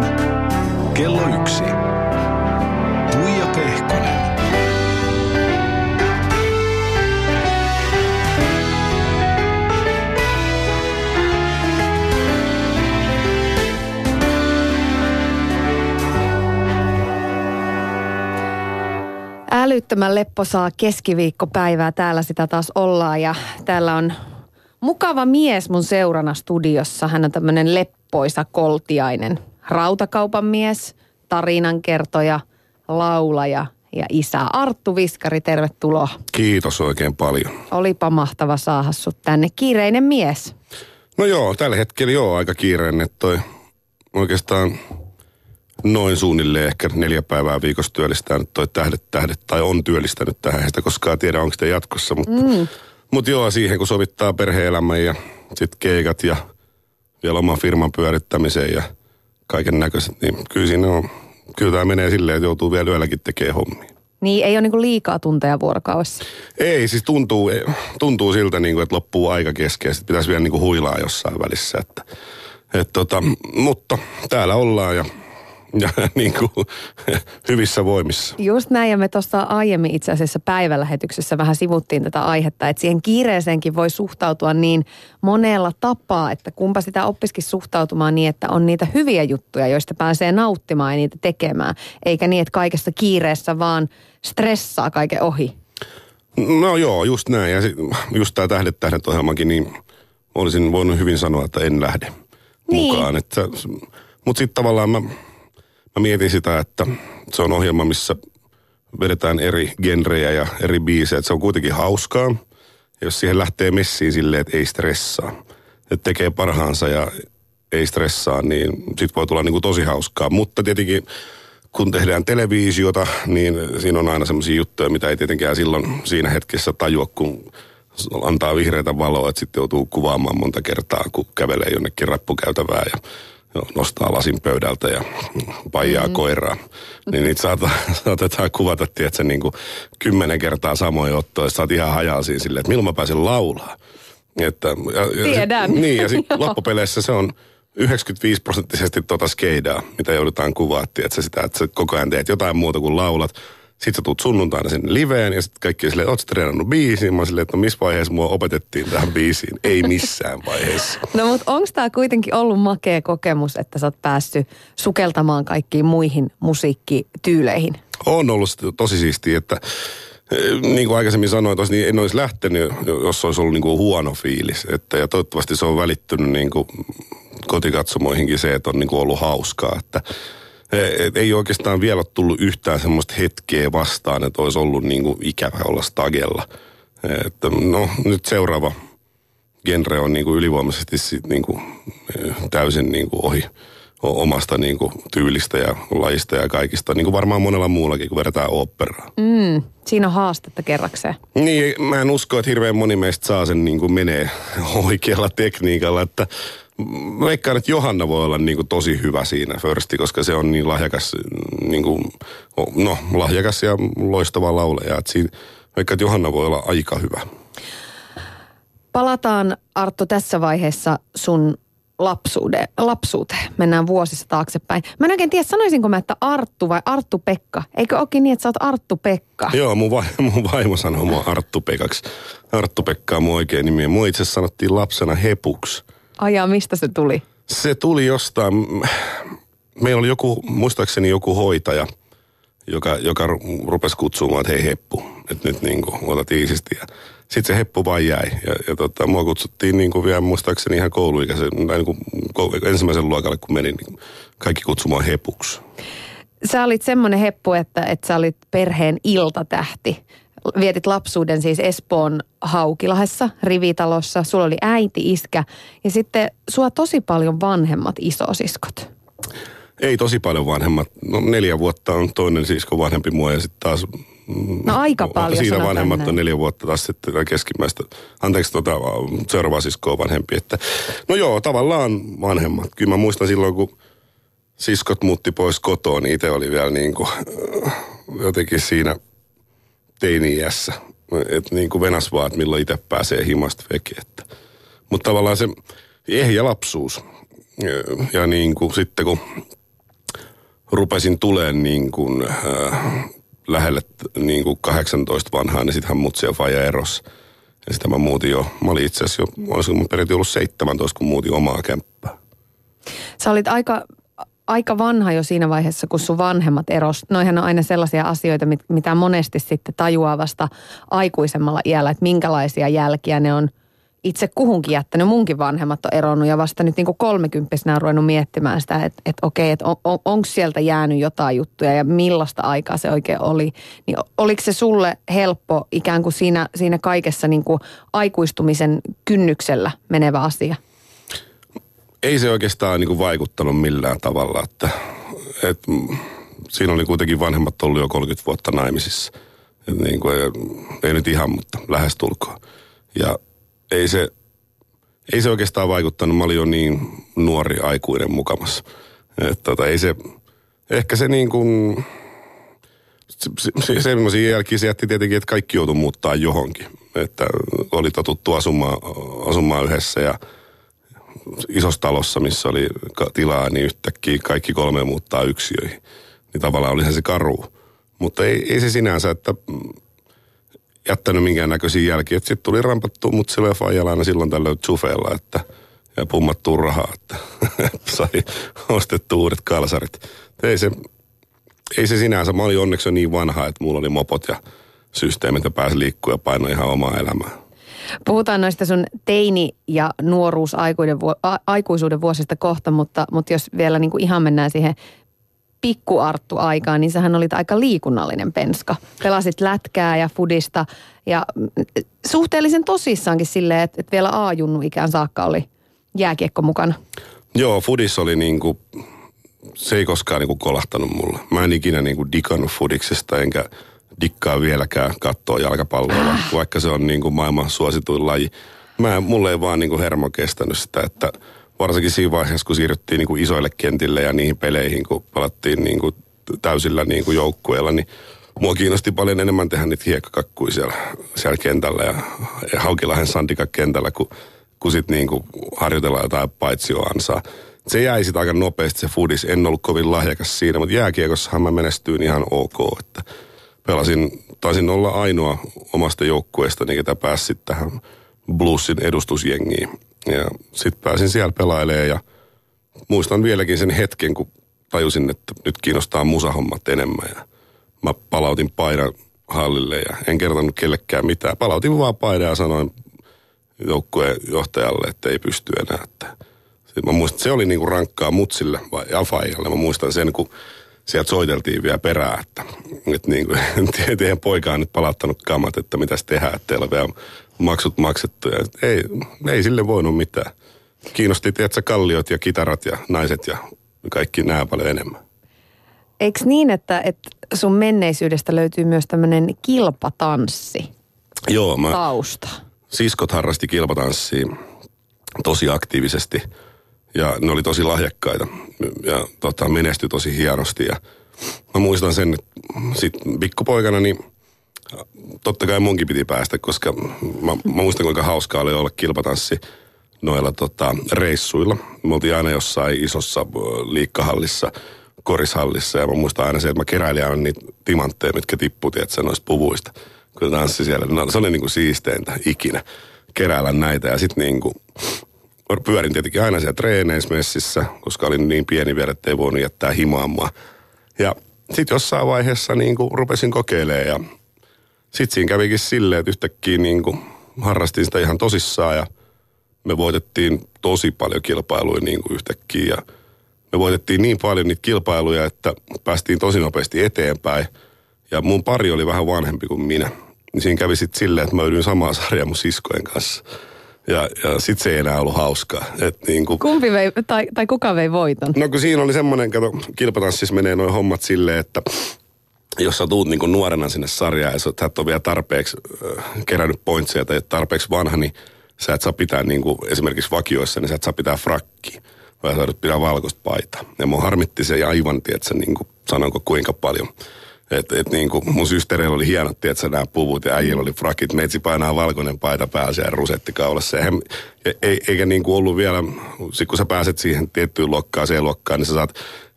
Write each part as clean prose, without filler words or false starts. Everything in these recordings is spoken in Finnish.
Kello 1. Tuija Pehkonen. Älyttömän lepposaa keskiviikkopäivää. Täällä sitä taas ollaan ja täällä on mukava mies mun seurana studiossa. Hän on tämmönen leppoisa koltiainen rautakaupan mies, tarinankertoja, laulaja ja isä. Arttu Viskari, tervetuloa. Kiitos oikein paljon. Olipa mahtava saada sut tänne. Kiireinen mies. No joo, tällä hetkellä joo aika kiireinen. Toi oikeastaan noin suunnilleen ehkä 4 päivää viikossa työllistää nyt toi tähdet, tai on työllistänyt tähän. Ei sitä koskaan tiedä, onko sitä jatkossa, mutta joo, siihen kun sovittaa perhe-elämän ja sitten keikat ja vielä oman firman pyörittämiseen ja kaiken näköiset, niin kyllä tämä menee silleen, että joutuu vielä yölläkin tekemään hommia. Niin, ei ole niinku liikaa tunteja vuorokaudessa. Ei, siis tuntuu siltä, että loppuu aika kesken ja sitten pitäisi vielä huilaa jossain välissä. Mutta täällä ollaan ja hyvissä voimissa. Just näin, ja me tuossa aiemmin itse asiassa päivälähetyksessä vähän sivuttiin tätä aihetta, että siihen kiireeseenkin voi suhtautua niin monella tapaa, että kumpa sitä oppisikin suhtautumaan niin, että on niitä hyviä juttuja, joista pääsee nauttimaan ja niitä tekemään, eikä niin, että kaikessa kiireessä vaan stressaa kaiken ohi. No joo, just näin, ja just tämä tähdet ohjelmakin, niin olisin voinut hyvin sanoa, että en lähde mukaan. Mutta sitten tavallaan mä mietin sitä, että se on ohjelma, missä vedetään eri genrejä ja eri biisejä. Että se on kuitenkin hauskaa. Ja jos siihen lähtee messiin silleen, että ei stressaa, että tekee parhaansa ja ei stressaa, niin sit voi tulla tosi hauskaa. Mutta tietenkin, kun tehdään televisiota, niin siinä on aina semmoisia juttuja, mitä ei tietenkään silloin siinä hetkessä tajua, kun antaa vihreätä valoa, että sitten joutuu kuvaamaan monta kertaa, kun kävelee jonnekin rappukäytävää ja nostaa lasin pöydältä ja paijaa koiraa. Niin niitä saatetaan kuvata, tiedätkö, 10 kertaa samoin ottoa, että sä oot ihan hajalsiin silleen, että milloin mä pääsen laulaa. Tiedän. Niin, ja sitten loppupeleissä se on 95% skeidaa, mitä joudutaan kuvaa, tiedätkö, sitä, että sä koko ajan teet jotain muuta kuin laulat. Sitten sä tuut sunnuntaina sinne liveen ja sitten kaikki silleen, oot sä treenannut biisiin? Mä oon silleen, että missä vaiheessa mua opetettiin tähän biisiin? Ei missään vaiheessa. No mutta onko tää kuitenkin ollut makea kokemus, että sä oot päässyt sukeltamaan kaikkiin muihin musiikkityyleihin? On ollut tosi siistiä, että niin kuin aikaisemmin sanoin, niin en olisi lähtenyt, jos olisi ollut huono fiilis. Ja toivottavasti se on välittynyt kotikatsomoihinkin se, että on ollut hauskaa, että ei oikeastaan vielä ole tullut yhtään semmoista hetkeä vastaan, että olisi ollut ikävä olla stagella. Että nyt seuraava genre on ylivoimaisesti täysin ohi omasta tyylistä ja lajista ja kaikista. Varmaan monella muullakin, kun vedetään oopperaa. Siinä on haastetta kerrakseen. Niin, mä en usko, että hirveän moni meistä saa sen menee oikealla tekniikalla, että mä veikkaan, että Johanna voi olla tosi hyvä siinä firsti, koska se on niin lahjakas, lahjakas ja loistava laulaja. Veikkaan, että Johanna voi olla aika hyvä. Palataan, Arttu, tässä vaiheessa sun lapsuuteen. Mennään vuosissa taaksepäin. Mä en oikein tiedä, sanoisinko mä, että Arttu vai Arttu-Pekka? Eikö olekin niin, että sä oot Arttu-Pekka? Joo, mun vaimo sanoo mua Arttu-Pekaksi. Arttu-Pekka on mun oikein nimi. Mua itse sanottiin lapsena Hepuksi. Ajaa, mistä se tuli? Se tuli jostain. Meillä oli muistaakseni joku hoitaja, joka rupesi kutsumaan, että hei Heppu, että nyt otat iisisti. Sitten se Heppu vaan jäi. Ja mua kutsuttiin vielä muistaakseni ihan kouluikäisen, ensimmäisen luokalle kun menin, niin kaikki kutsumaan Hepuksi. Sä olit semmoinen Heppu, että sä olit perheen iltatähti. Vietit lapsuuden siis Espoon Haukilahessa, rivitalossa. Sulla oli äiti, iskä ja sitten sua tosi paljon vanhemmat isosiskot. Ei tosi paljon vanhemmat. 4 vuotta on toinen sisko vanhempi mua ja sitten taas aika paljon. Siinä vanhemmat on 4 vuotta taas sitten keskimmäistä. Anteeksi, seuraava sisko on vanhempi. Että, no joo, tavallaan vanhemmat. Kyllä mä muistan silloin, kun siskot muutti pois kotoa, niin itse oli vielä jotenkin siinä teini-iässä. Että venas vaan, että milloin itse pääsee himasta veke. Mutta tavallaan se ehjä lapsuus. Ja sitten kun rupesin tulemaan niin kuin, lähelle niin kuin 18 vanhaa, niin sittenhän mutsi ja faija erosi. Ja sitä mä muutin jo, mä olin itse asiassa jo, olisiko mun periaatteessa ollut 17, kun muutin omaa kämppää. Sä olit aika vanha jo siinä vaiheessa, kun sun vanhemmat eros. Noihän on aina sellaisia asioita, mitä monesti sitten tajuaa vasta aikuisemmalla iällä, että minkälaisia jälkiä ne on itse kuhunkin jättänyt. Munkin vanhemmat on eronnut ja vasta nyt niin kuin 30-vuotiaana on ruvennut miettimään sitä, että okei, että onko sieltä jäänyt jotain juttuja ja millaista aikaa se oikein oli. Niin oliko se sulle helppo ikään kuin siinä kaikessa niin kuin aikuistumisen kynnyksellä menevä asia? Ei se oikeastaan niin kuin vaikuttanut millään tavalla, että siinä oli kuitenkin vanhemmat ollut jo 30 vuotta naimisissa. Niin kuin, ei nyt ihan, mutta lähestulkoon. Ja ei se oikeastaan vaikuttanut, mä olin jo niin nuori aikuinen mukamassa. Ei se, ehkä se niin kuin, semmoisia jälkiä se jätti tietenkin, että kaikki joutui muuttaa johonkin. Että oli totuttu asumaan yhdessä ja isossa talossa, missä oli tilaa, niin yhtäkkiä kaikki 3 muuttaa yksiöihin. Niin tavallaan olihan se karu. Mutta ei se sinänsä, että jättänyt minkäännäköisiä jälkiä. Sitten tuli rampattua mut silloin faijalla aina silloin tällöin tsufeella, ja pummattua rahaa, että sai ostettua uudet kalsarit. Ei se sinänsä. Mä olin onneksi jo niin vanha, että mulla oli mopot ja systeemit ja pääsi liikkua ja painoi ihan omaa elämää. Puhutaan noista sun teini- ja aikuisuuden vuosista kohta, mutta jos vielä niin kuin ihan mennään siihen pikkuarttu-aikaan, niin sähän olit aika liikunnallinen penska. Pelasit lätkää ja fudista ja suhteellisen tosissaankin silleen, että vielä A-junnu ikään saakka oli jääkiekko mukana. Joo, fudis oli niinku, se ei koskaan niinku kolahtanut mulle. Mä en ikinä niinku digannut fudiksesta enkä dikkaa vieläkään katsoa jalkapalloa, vaikka se on niinku maailman suosituin laji. Mulle ei vaan niinku hermo kestänyt sitä, että varsinkin siinä vaiheessa, kun siirryttiin niinku isoille kentille ja niihin peleihin, kun palattiin niinku täysillä niinku joukkueella, niin mua kiinnosti paljon enemmän tehdä niitä hiekkakakkuja siellä kentällä ja Haukilahden Sandika-kentällä, kun sit niinku harjoitellaan jotain paitsioansaa. Se jäi sit aika nopeasti se fudis. En ollut kovin lahjakas siinä, mutta jääkiekossahan mä menestyin ihan ok, että taisin olla ainoa omasta joukkueestani, ketä pääsi sitten tähän Bluesin edustusjengiin. Ja sitten pääsin siellä pelailemaan ja muistan vieläkin sen hetken, kun tajusin, että nyt kiinnostaa musahommat enemmän. Ja mä palautin paidan hallille ja en kertonut kellekään mitään. Palautin vaan paidan ja sanoin joukkueen johtajalle, että ei pysty enää. Mä muistan, että se oli niinku rankkaa mutsille ja faijalle. Mä muistan sen, kun sieltä soiteltiin vielä perään, että niinku, teidän poika on nyt palauttanut kamat, että mitäs tehdään, että teillä on vielä maksut maksettu. Ja ei sille voinut mitään. Kiinnosti, tiedätkö, kalliot ja kitarat ja naiset ja kaikki nämä paljon enemmän. Eikö niin, että sun menneisyydestä löytyy myös tämmöinen kilpatanssi? Joo, tausta. Siskot harrasti kilpatanssia tosi aktiivisesti ja ne oli tosi lahjakkaita ja menestyi tosi hienosti. Ja mä muistan sen, että sit pikkupoikana niin totta kai munkin piti päästä, koska mä muistan, kuinka hauskaa oli olla kilpatanssi noilla reissuilla. Me oltiin aina jossain isossa liikkahallissa, korishallissa ja mä muistan aina se, että mä keräilin aina niitä timantteja, mitkä tippui, että noista puvuista, kun tanssi siellä. No, se oli niinku siisteintä ikinä keräällä näitä ja sitten niinku pyörin tietenkin aina siellä treeneissä messissä, koska olin niin pieni vielä, että ei voinut jättää himaamaan. Ja sitten jossain vaiheessa niinku rupesin kokeilemaan ja sitten siinä kävikin silleen, että yhtäkkiä niinku harrastin sitä ihan tosissaan ja me voitettiin tosi paljon kilpailuja niinku yhtäkkiä ja me voitettiin niin paljon niitä kilpailuja, että päästiin tosi nopeasti eteenpäin ja mun pari oli vähän vanhempi kuin minä. Niin siinä kävi sitten silleen, että mä ydyin samaa sarjaa mun siskojen kanssa. Ja sit se ei enää ollut hauskaa. Niinku, kumpi vei, tai kuka vei voiton? No kun siinä oli semmoinen, kato, kilpatanssissa menee noin hommat silleen, että jos sä tuut niinku nuorena sinne sarjaan ja sä et ole vielä tarpeeksi kerännyt pointseja tai tarpeeksi vanha, niin sä et saa pitää niinku esimerkiksi vakioissa, niin sä et saa pitää frakkiä. Vai sä pitää valkoista paitaa. Ja mun harmitti se aivan, tietsä, niinku, sanonko kuinka paljon. Että niinku mun systereillä oli hienot, tietsä, nämä puvut ja äijillä oli frakit. Meitsi painaa valkoinen paita päässä ja rusetti kaulassa. Eikä niinku ollut vielä, sit kun sä pääset siihen tiettyyn lokkaan, C-luokkaan, niin sä saat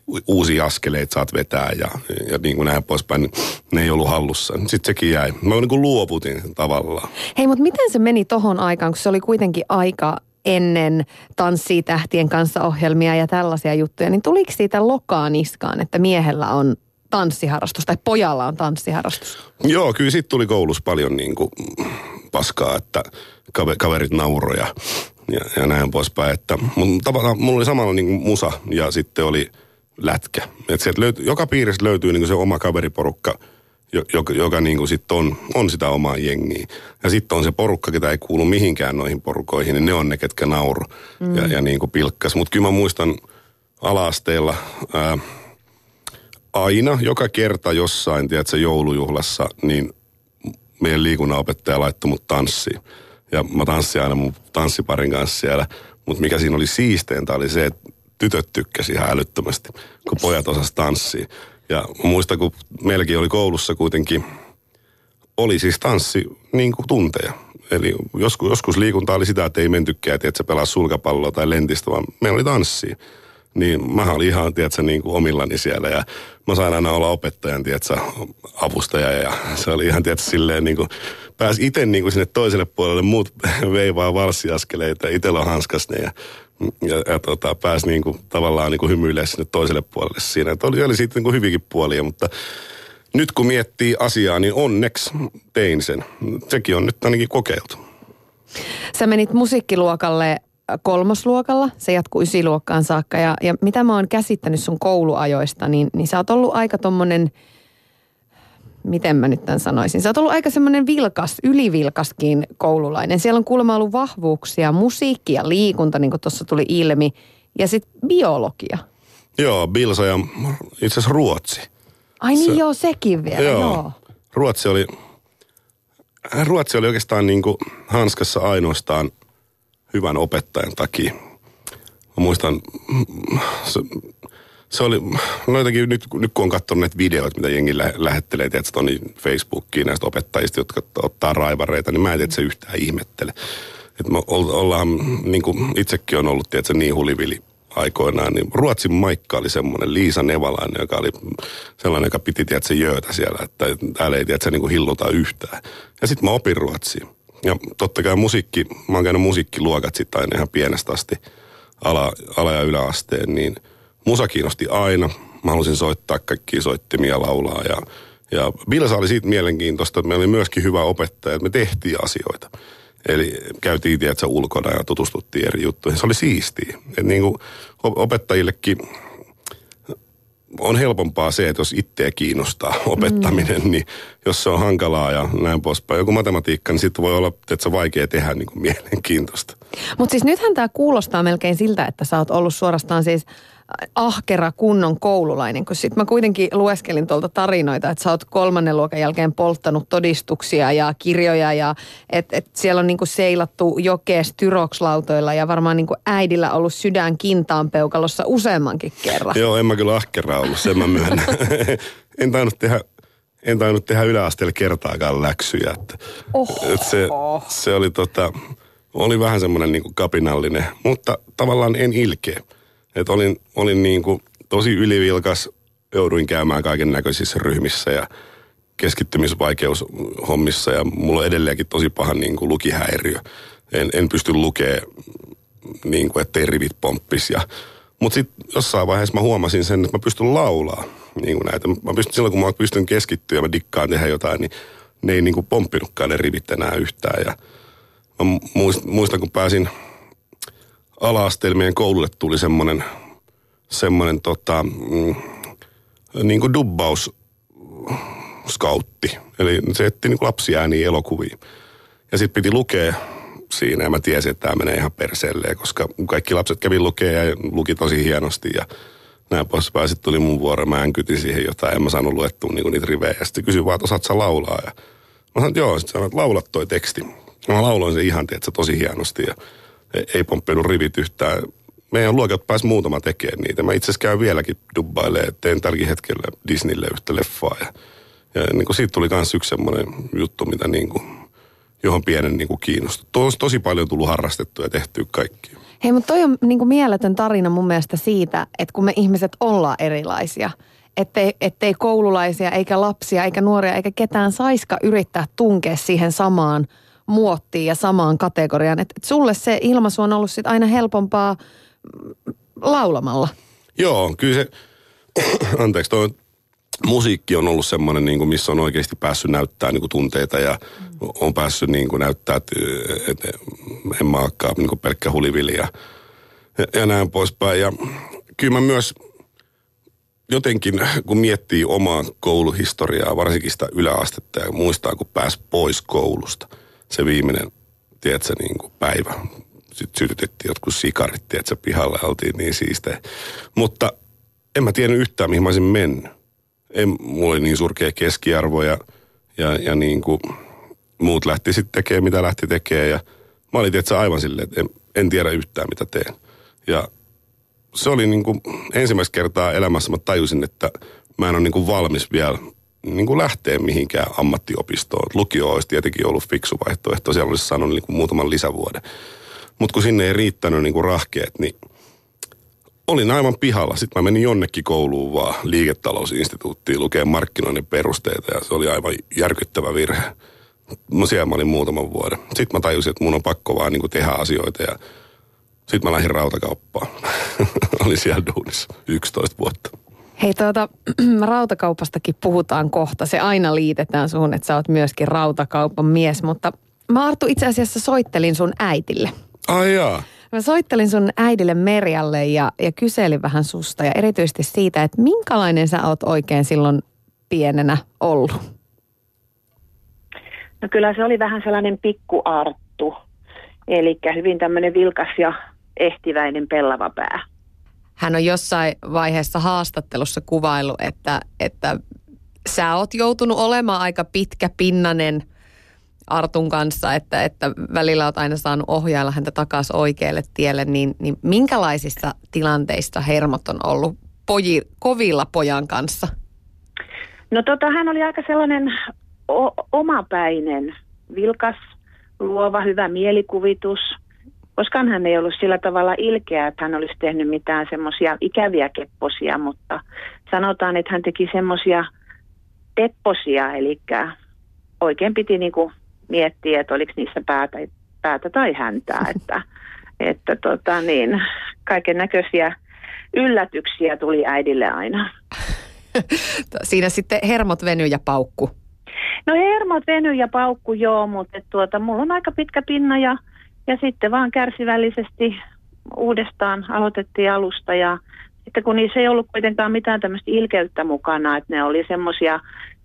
uusia askeleita saat vetää ja niin kuin näin poispäin, niin ne ei ollut hallussa. Sitten sekin jäi. Mä niin kuin luovutin sen tavallaan. Hei, mutta miten se meni tohon aikaan, kun se oli kuitenkin aika ennen Tanssii tähtien kanssa -ohjelmia ja tällaisia juttuja, niin tuliko siitä lokaa niskaan, että miehellä on tanssiharrastus tai pojalla on tanssiharrastus? Joo, kyllä siitä tuli koulussa paljon niin kuin paskaa, että kaverit nauroja ja näin poispäin. Että, mutta mulla oli samalla niin kuin musa ja sitten oli lätkä. Että sieltä joka piiristä löytyy niin kuin se oma kaveriporukka, joka niin kuin sitten on sitä omaa jengiä. Ja sitten on se porukka, ketä ei kuulu mihinkään noihin porukoihin, niin ne on ne, ketkä nauru ja niin kuin pilkkas. Mutta kyllä mä muistan ala-asteella aina, joka kerta jossain, tiedätkö, joulujuhlassa, niin meidän liikunnanopettaja laittoi mut tanssiin. Ja mä tanssin aina mun tanssiparin kanssa siellä. Mutta mikä siinä oli siisteintä oli se, että tytöt tykkäsi ihan älyttömästi, kun pojat osas tanssia. Ja muistan, kun meilläkin oli koulussa kuitenkin, oli siis tanssi niin kuin tunteja. Eli joskus liikunta oli sitä, että ei mentykään, että pelaa sulkapalloa tai lentistä, vaan meillä oli tanssia. Niin mä olin ihan, tiedätkö, niin kuin omillani siellä ja mä sain aina olla opettajan, tiedätkö, avustaja ja se oli ihan, tiedätkö, silleen niin kuin, pääsi itse niin kuin sinne toiselle puolelle, muut veivaa valssiaskeleita, itsellä on hanskas ne ja pääsi niin kuin, tavallaan niin kuin hymyilemään sinne toiselle puolelle siinä. Että oli siitä niin kuin hyvinkin puolia, mutta nyt kun miettii asiaa, niin onneksi tein sen. Sekin on nyt ainakin kokeiltu. Sä menit musiikkiluokalle 3. luokalla, se jatkuu 9. luokkaan saakka ja mitä mä oon käsittänyt sun kouluajoista, niin sä oot ollut aika tommonen, miten mä nyt tämän sanoisin, sä oot ollut aika semmoinen ylivilkaskin koululainen. Siellä on kuulemma ollut vahvuuksia, musiikki ja liikunta, niin kuin tuossa tuli ilmi, ja sitten biologia. Joo, Bilsa ja itse asiassa ruotsi. Ai niin joo, sekin vielä, joo. Ruotsi oli oikeastaan niin kuin hanskassa ainoastaan hyvän opettajan takia. Mä muistan, se oli, no jotenkin nyt kun on katsonut näitä videoita, mitä jengi lähettelee, tiedätkö, tuonne Facebookiin näistä opettajista, jotka ottaa raivareita, niin mä en tiedä, se yhtään ihmettele. Että me ollaan, niin kuin itsekin on ollut, tiedätkö, niin hulivili aikoinaan, niin Ruotsin Maikka oli semmoinen, Liisa Nevalainen, joka oli sellainen, joka piti, tiedätkö, jöötä siellä, että täällä ei, tiedätkö, niin kuin hilluta yhtään. Ja sitten mä opin ruotsia. Ja totta kai mä oon käynyt musiikkiluokat sitten aina ihan pienestä asti ala- ja yläasteen, niin musa kiinnosti aina. Mä halusin soittaa kaikkia soittimia, laulaa ja Bilsa oli siitä mielenkiintoista, että meillä oli myöskin hyvä opettaja, että me tehtiin asioita. Eli käytiin, tiedätkö, ulkona ja tutustuttiin eri juttuihin. Se oli siistiä. Että niin kuin opettajillekin on helpompaa se, että jos itseä kiinnostaa opettaminen, niin jos se on hankalaa ja näin poispäin. Joku matematiikka, niin sitten voi olla, että se on vaikea tehdä niin kuin mielenkiintoista. Mutta siis nythän tämä kuulostaa melkein siltä, että sä oot ollut suorastaan siis ahkera kunnon koululainen, kun sitten mä kuitenkin lueskelin tuolta tarinoita, että sä oot 3. luokan jälkeen polttanut todistuksia ja kirjoja ja että siellä on niinku seilattu jokees tyrokslautoilla ja varmaan niinku äidillä ollut sydän kintaanpeukalossa useammankin kerran. Joo, en mä kyllä ahkera ollut, sen mä myönnän. En tainnut tehdä yläasteella kertaakaan läksyjä. Se oli oli vähän semmoinen niinku kapinallinen, mutta tavallaan en ilkeä. Että olin niinku tosi ylivilkas, jouduin käymään kaiken näköisissä ryhmissä ja keskittymisvaikeushommissa ja mulla on edelleenkin tosi paha niinku lukihäiriö. En pysty lukemaan, niinku, ettei rivit pomppisi. Mutta sitten jossain vaiheessa mä huomasin sen, että mä pystyn laulaa niinku näitä. Silloin kun mä pystyn keskittyä ja mä dikkaan tehdä jotain, niin ne ei niinku pomppinutkaan ne rivit enää yhtään. Ja mä muistan, kun pääsin ala-asteella meidän koululle tuli semmoinen niin kuin dubbaus-skautti. Eli se etti niin kuin lapsiääniä elokuviin. Ja sitten piti lukea siinä ja mä tiesin, että tämä menee ihan perseelleen, koska kaikki lapset kävi lukea ja luki tosi hienosti ja näin poispäin. Sitten tuli mun vuoro, mä änkytin siihen jotain, en mä saanut luettua niin kuin niitä rivejä. Ja sitten kysyin vaan, että osaat sä laulaa? Ja mä sanoin, että joo, sitten sanoin, että laulat toi teksti. Mä lauloin sen ihan, tiedätkö, tosi hienosti ja ei pomppinut rivit yhtään. Meidän luokat pääsi muutama tekemään niitä. Mä itse asiassa käyn vieläkin dubbailemaan, teen tälläkin hetkellä Disneylle yhtä leffaa. Ja niin kuin siitä tuli myös yksi semmoinen juttu, mitä niin kuin johon pienen niin kuin kiinnostui. Tosi paljon tullut harrastettua ja tehtyä kaikkia. Hei, mutta toi on niin kuin mieletön tarina mun mielestä siitä, että kun me ihmiset ollaan erilaisia, ettei koululaisia, eikä lapsia, eikä nuoria, eikä ketään saiska yrittää tunkea siihen samaan muottiin ja samaan kategoriaan. Että sulle se ilmaisu on ollut sit aina helpompaa laulamalla. Joo, kyllä se, anteeksi, toi musiikki on ollut semmoinen, niin kuin, missä on oikeasti päässyt näyttämään niin kuin tunteita ja on päässyt niin kuin näyttää, että en mä olekaan niin kuin pelkkä hulivili ja näin poispäin. Ja kyllä mä myös jotenkin, kun miettii omaa kouluhistoriaa, varsinkin sitä yläastetta ja muistaa, kun pääsi pois koulusta, se viimeinen, tiedätkö, niin kuin päivä. Sitten sytytettiin jotkut sikarit, tiedätkö, pihalle, oltiin niin siistejä. Mutta en mä tiennyt yhtään, mihin mä olisin mennyt. Mulla oli niin surkea keskiarvo ja niin kuin muut lähti sitten tekemään, mitä lähti tekemään. Ja mä olin tietysti aivan silleen, että en tiedä yhtään, mitä teen. Ja se oli niin kuin ensimmäistä kertaa elämässä mä tajusin, että mä en ole niin kuin valmis vielä niin kuin lähteä mihinkään ammattiopistoon. Lukio olisi tietenkin ollut fiksu vaihtoehto, siellä olisi saanut niin kuin muutaman lisävuoden. Mutta kun sinne ei riittänyt niin kuin rahkeet, niin olin aivan pihalla. Sitten mä menin jonnekin kouluun vaan liiketalousinstituuttiin lukemaan markkinoinnin perusteita ja se oli aivan järkyttävä virhe. Siellä mä olin muutaman vuoden. Sitten mä tajusin, että mun on pakko vaan niin kuin tehdä asioita ja sitten mä lähdin rautakauppaan. Olin siellä duunissa 11 vuotta. Hei rautakaupastakin puhutaan kohta. Se aina liitetään suhun, että sä oot myöskin rautakaupan mies, mutta mä Arttu itse asiassa soittelin sun äitille. Ai jaa. Mä soittelin sun äidille Merjalle ja kyselin vähän susta ja erityisesti siitä, että minkälainen sä oot oikein silloin pienenä ollut? No kyllä se oli vähän sellainen pikku Arttu, eli hyvin tämmöinen vilkas ja ehtiväinen pellava pää. Hän on jossain vaiheessa haastattelussa kuvaillut, että sä oot joutunut olemaan aika pitkäpinnainen Artun kanssa, että välillä olet aina saanut ohjailla häntä takaisin oikealle tielle, niin minkälaisissa tilanteissa hermot on ollut kovilla pojan kanssa? No hän oli aika sellainen omapäinen, vilkas, luova, hyvä mielikuvitus. Koskaan hän ei ollut sillä tavalla ilkeä, että hän olisi tehnyt mitään semmoisia ikäviä kepposia, mutta sanotaan, että hän teki semmoisia tepposia, eli oikein piti niinku miettiä, että oliko niissä päätä tai häntää, että kaiken näköisiä yllätyksiä tuli äidille aina. Siinä sitten hermot veny ja paukku. No hermot veny ja paukku joo, mutta mulla on aika pitkä pinna ja sitten vaan kärsivällisesti uudestaan aloitettiin alusta ja sitten kun niissä ei ollut kuitenkaan mitään tämmöistä ilkeyttä mukana, että ne oli semmoisia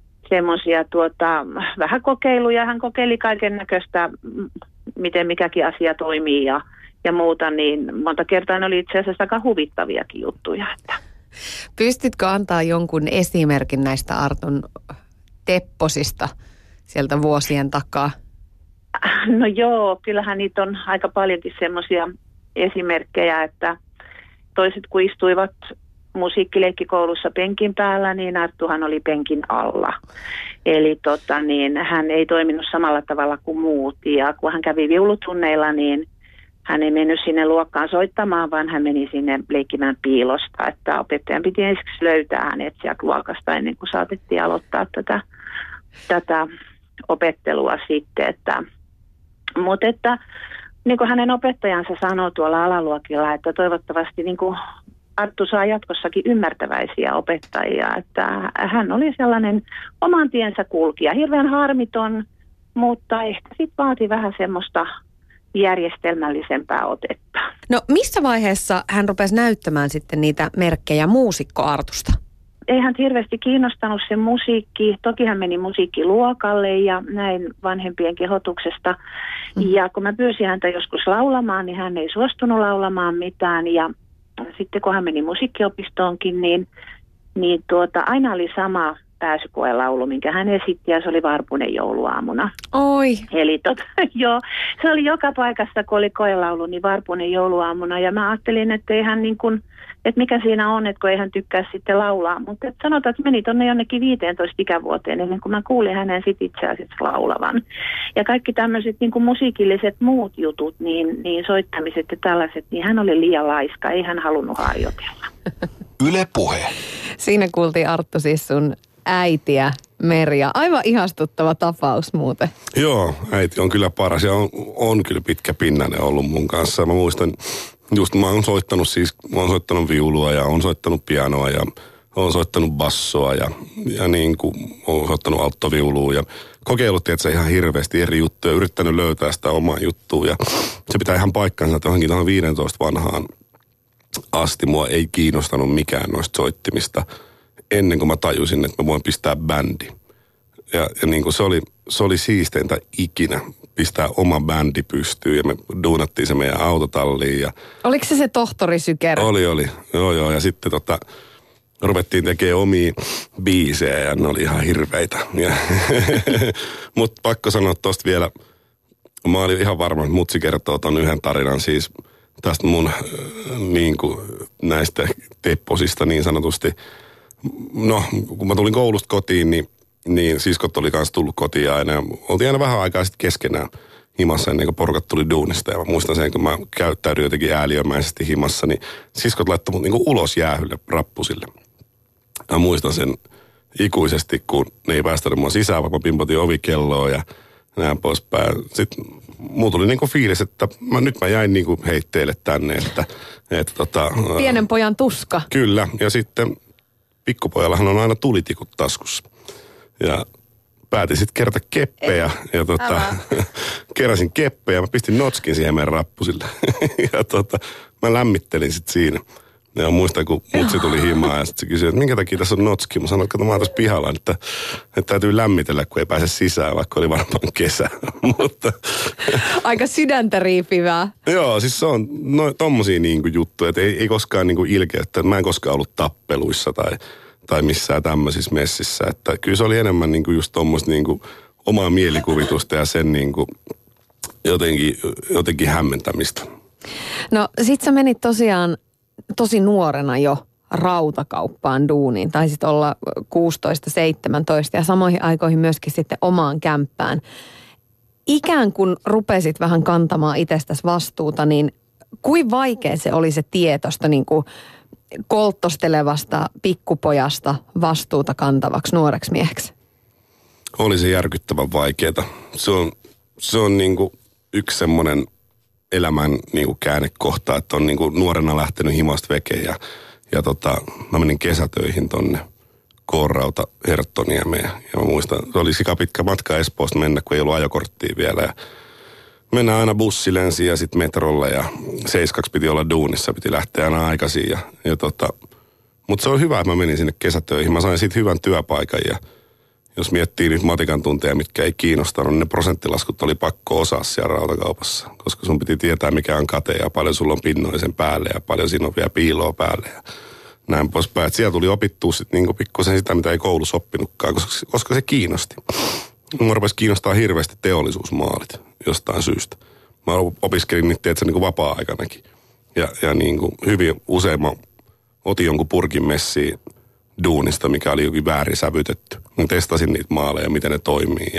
vähän kokeiluja. Hän kokeili kaiken näköistä, miten mikäkin asia toimii ja muuta, niin monta kertaa ne oli itse asiassa aika huvittaviakin juttuja. Että. Pystytkö antaa jonkun esimerkin näistä Artun tepposista sieltä vuosien takaa? No joo, kyllähän niitä on aika paljonkin semmoisia esimerkkejä, että toiset kun istuivat musiikkileikkikoulussa penkin päällä, niin Arttuhan oli penkin alla. Eli hän ei toiminut samalla tavalla kuin muut. Ja kun hän kävi viulutunneilla, niin hän ei mennyt sinne luokkaan soittamaan, vaan hän meni sinne leikkimään piilosta. Että opettajan piti ensiksi löytää hänet sieltä luokasta ennen kuin saatettiin aloittaa tätä opettelua sitten. Mutta niin kuin hänen opettajansa sanoi tuolla alaluokilla, että toivottavasti niin kuin Arttu saa jatkossakin ymmärtäväisiä opettajia, että hän oli sellainen oman tiensä kulkija, hirveän harmiton, mutta ehkä sitten vaati vähän semmoista järjestelmällisempää otetta. No missä vaiheessa hän rupesi näyttämään sitten niitä merkkejä muusikko Artusta? Ei hän hirveästi kiinnostanut se musiikki. Toki hän meni musiikkiluokalle ja näin vanhempien kehotuksesta. Ja kun mä pyysin häntä joskus laulamaan, niin hän ei suostunut laulamaan mitään. Ja sitten kun hän meni musiikkiopistoonkin, niin aina oli sama pääsykoelaulu, minkä hän esitti, ja se oli Varpunen jouluaamuna. Oi. Eli joo, se oli joka paikassa, kun oli koelaulu, niin Varpunen jouluaamuna, ja mä ajattelin, että ei hän niin kuin, että mikä siinä on, että kun ei hän tykkää sitten laulaa. Mutta sanotaan, että meni tuonne jonnekin 15 ikävuoteen, ennen kuin mä kuulin hänen sitten itse asiassa laulavan. Ja kaikki tämmöiset niin kuin musiikilliset muut jutut, niin soittamiset ja tällaiset, niin hän oli liian laiska, ei hän halunnut harjoitella. Yle Puhe. Siinä kuultiin, Arttu, siis sun äitiä, Merja. Aivan ihastuttava tapaus muuten. Joo, äiti on kyllä paras ja on kyllä pitkäpinnainen ollut mun kanssa. Mä muistan, just mä oon soittanut viulua ja oon soittanut pianoa ja oon soittanut bassoa ja niin kuin oon soittanut alttoviulua ja kokeillut tietysti ihan hirveästi eri juttuja, yrittänyt löytää sitä omaa juttua ja se pitää ihan paikkansa, että johonkin tuohon 15 vanhaan asti mua ei kiinnostanut mikään noista soittimista ennen kuin mä tajusin, että mä voin pistää bändi. Ja niin kuin se oli siisteintä ikinä pistää oma bändi pystyyn ja me duunattiin se meidän autotalliin. Ja oliko se tohtori Syker? Oli. Joo. Ja sitten ruvettiin tekemään omia biisejä ja ne oli ihan hirveitä. Mutta pakko sanoa tosta vielä, mä olin ihan varma, että mutsi kertoo ton yhden tarinan siis tästä mun niin kuin näistä tepposista niin sanotusti. No, kun mä tulin koulusta kotiin, niin siskot oli kanssa tullut kotiin aina. Ja oltiin aina vähän aikaa sitten keskenään himassa ennen kuin porukat tuli duunista. Ja mä muistan sen, kun mä käyttäydyin jotenkin ääliömäisesti himassa, niin siskot laittoi mut niinku ulos jäähylle rappusille. Mä muistan sen ikuisesti, kun ne ei päästänyt mua sisään, vaikka mä pimpotin ovikelloa ja näin poispäin. Sitten mulla tuli niinku fiilis, että nyt mä jäin niinku heitteille tänne, että pienen pojan tuska. Kyllä, ja sitten pikkupojallahan on aina tulitikut taskussa. Ja päätin sitten kerätä keppejä ja keräsin keppejä. Mä pistin notskin siihen meidän rappusille. Ja mä lämmittelin sitten siinä. Ja muistan, kun mutsi tuli himaan ja sitten se kysyi, että minkä takia tässä on notski. Mä sanoin, että kato, mä oon tässä pihalla, että täytyy lämmitellä, kun ei pääse sisään, vaikka oli varmaan kesä. Mutta aika sydäntä riipivää. Joo, siis se on tommosia niinku juttuja, että ei koskaan niinku ilkeyttä. Mä en koskaan ollut tappeluissa tai missään tämmöisissä messissä. Että kyllä se oli enemmän niinku just tommoista niinku omaa mielikuvitusta ja sen niinku jotenkin hämmentämistä. No sit sä menit tosiaan tosi nuorena jo rautakauppaan duuniin. Taisit olla 16-17 ja samoihin aikoihin myöskin sitten omaan kämppään. Ikään kuin rupesit vähän kantamaan itsestäsi vastuuta, niin kuin vaikea se oli se tietosta niin kuin kolttostelevasta pikkupojasta vastuuta kantavaksi nuoreksi mieheksi? Oli se järkyttävän vaikeeta. Se on niin kuin yksi semmoinen elämän niin kuin käännekohta, että on niin kuin nuorena lähtenyt himasta vekeen ja mä menin kesätöihin tonne Koorauta Herttoniemeen. Ja mä muistan, se oli sikapitkä matka Espoosta mennä, kun ei ollut ajokorttia vielä. Ja mennään aina bussilensiin ja sitten metrolla ja 7 piti olla duunissa, piti lähteä aina aikaisin. Mutta se on hyvä, että mä menin sinne kesätöihin. Mä sain siitä hyvän työpaikan ja jos miettii nyt matikan tunteja, mitkä ei kiinnostanut, niin ne prosenttilaskut oli pakko osaa siellä rautakaupassa. Koska sun piti tietää, mikä on kate ja paljon sulla on pinnoisen päälle ja paljon siinä on vielä piiloa päälle ja näin poispäin. Et siellä tuli opittua sitten niinku pikkusen sitä, mitä ei koulussa oppinutkaan, koska se kiinnosti. Mä rupesin kiinnostaa hirveästi teollisuusmaalit jostain syystä. Mä opiskelin niitä tietysti niinku vapaa-aikanakin. Ja niinku hyvin usein mä otin jonkun purkin messiin duunista, mikä oli jokin väärin sävytetty. Mä testasin niitä maaleja, miten ne toimii.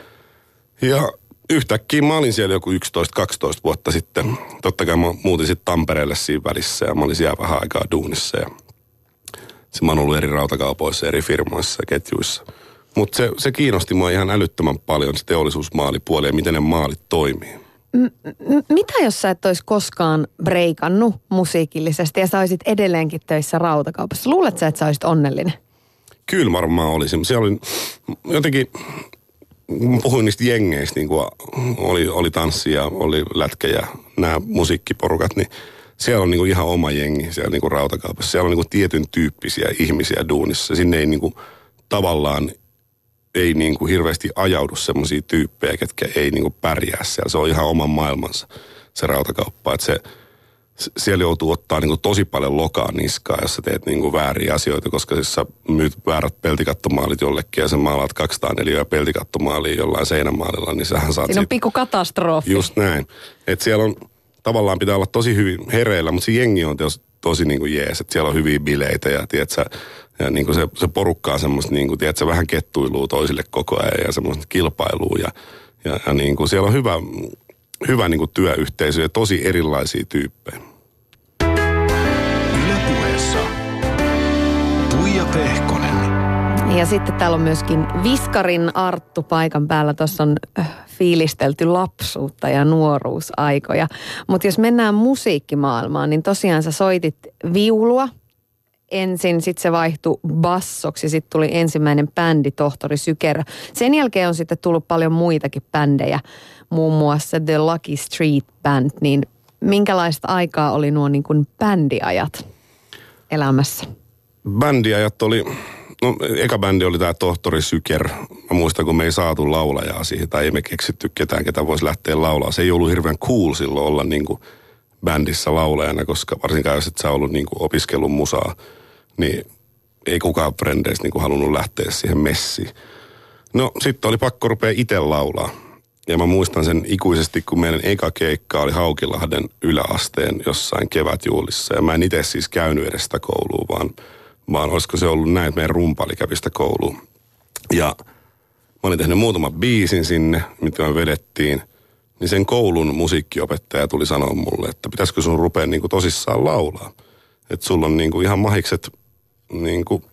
Ja yhtäkkiä mä olin siellä joku 11-12 vuotta sitten. Totta kai mä muutin sitten Tampereelle siinä välissä ja mä olin siellä vähän aikaa duunissa. Ja mä oon ollut eri rautakaupoissa, eri firmoissa ja ketjuissa. Mutta se kiinnosti mua ihan älyttömän paljon, se teollisuusmaalipuoli ja miten ne maalit toimii. Mitä jos sä et olisi koskaan breikannut musiikillisesti ja sä olisit edelleenkin töissä rautakaupassa? Luuletko sä, että sä olisit onnellinen? Kyllä varmaan olisin. Siellä oli jotenkin, mä puhuin niistä jengeistä, niin kuin oli tanssia, oli lätkä ja nämä musiikkiporukat, niin siellä on niin kuin ihan oma jengi siellä niin kuin rautakaupassa. Siellä on niin kuin tietyn tyyppisiä ihmisiä duunissa. Sinne ei niin kuin tavallaan ei niin kuin hirveästi ajaudu semmoisia tyyppejä, ketkä ei niin kuin pärjää siellä. Se on ihan oman maailmansa se rautakauppa. Että siellä joutuu ottaa niin kuin tosi paljon lokaa niskaa, jos sä teet niin kuin vääriä asioita, koska siis sä myyt väärät peltikattomaalit jollekin ja sä maalaat 204 peltikattomaalia jollain seinämaalilla, niin sähän saat... Siinä on pikku katastrofi. Just näin. Että siellä on, tavallaan pitää olla tosi hyvin hereillä, mutta se jengi on tosi niin kuin jees, että siellä on hyviä bileitä ja tiedätkö, ja niin kuin se porukka on semmoista niin kuin, tiedätkö, vähän kettuilua toisille koko ajan ja semmoista kilpailua ja niin kuin siellä on hyvä niin kuin työyhteisö ja tosi erilaisia tyyppejä. Yle Puheessa Tuija Pehkonen. Ja sitten täällä on myöskin Viskarin Arttu paikan päällä. Tuossa on fiilistelty lapsuutta ja nuoruusaikoja. Mutta jos mennään musiikkimaailmaan, niin tosiaan sä soitit viulua. Ensin sitten se vaihtui bassoksi, sitten tuli ensimmäinen bändi, Tohtori Sykerö. Sen jälkeen on sitten tullut paljon muitakin bändejä, muun muassa The Lucky Street Band. Niin minkälaista aikaa oli nuo niin kuin bändiajat elämässä? Bändiajat oli, no eka bändi oli tämä Tohtori Sykerö. Mä muistan, kun me ei saatu laulajaa siihen, tai ei me keksitty ketään, ketä voisi lähteä laulaa. Se ei ollut hirveän cool silloin olla niin kuin bändissä laulajana, koska varsinkaan jos et sä ollut niin kuin opiskellut musaa, niin ei kukaan frendeistä niin kuin halunnut lähteä siihen messiin. No sitten oli pakko rupea itse laulaa. Ja mä muistan sen ikuisesti, kun meidän eka keikka oli Haukilahden yläasteen jossain kevätjuhlissa. Ja mä en itse siis käynyt edes sitä koulua, vaan olisiko se ollut näin, että meidän rumpali kävi sitä kouluun. Ja mä olin tehnyt muutaman biisin sinne, mitä me vedettiin. Niin sen koulun musiikkiopettaja tuli sanoa mulle, että pitäisikö sun rupea niin kuin tosissaan laulaa. Että sulla on niin kuin ihan mahikset niin kuin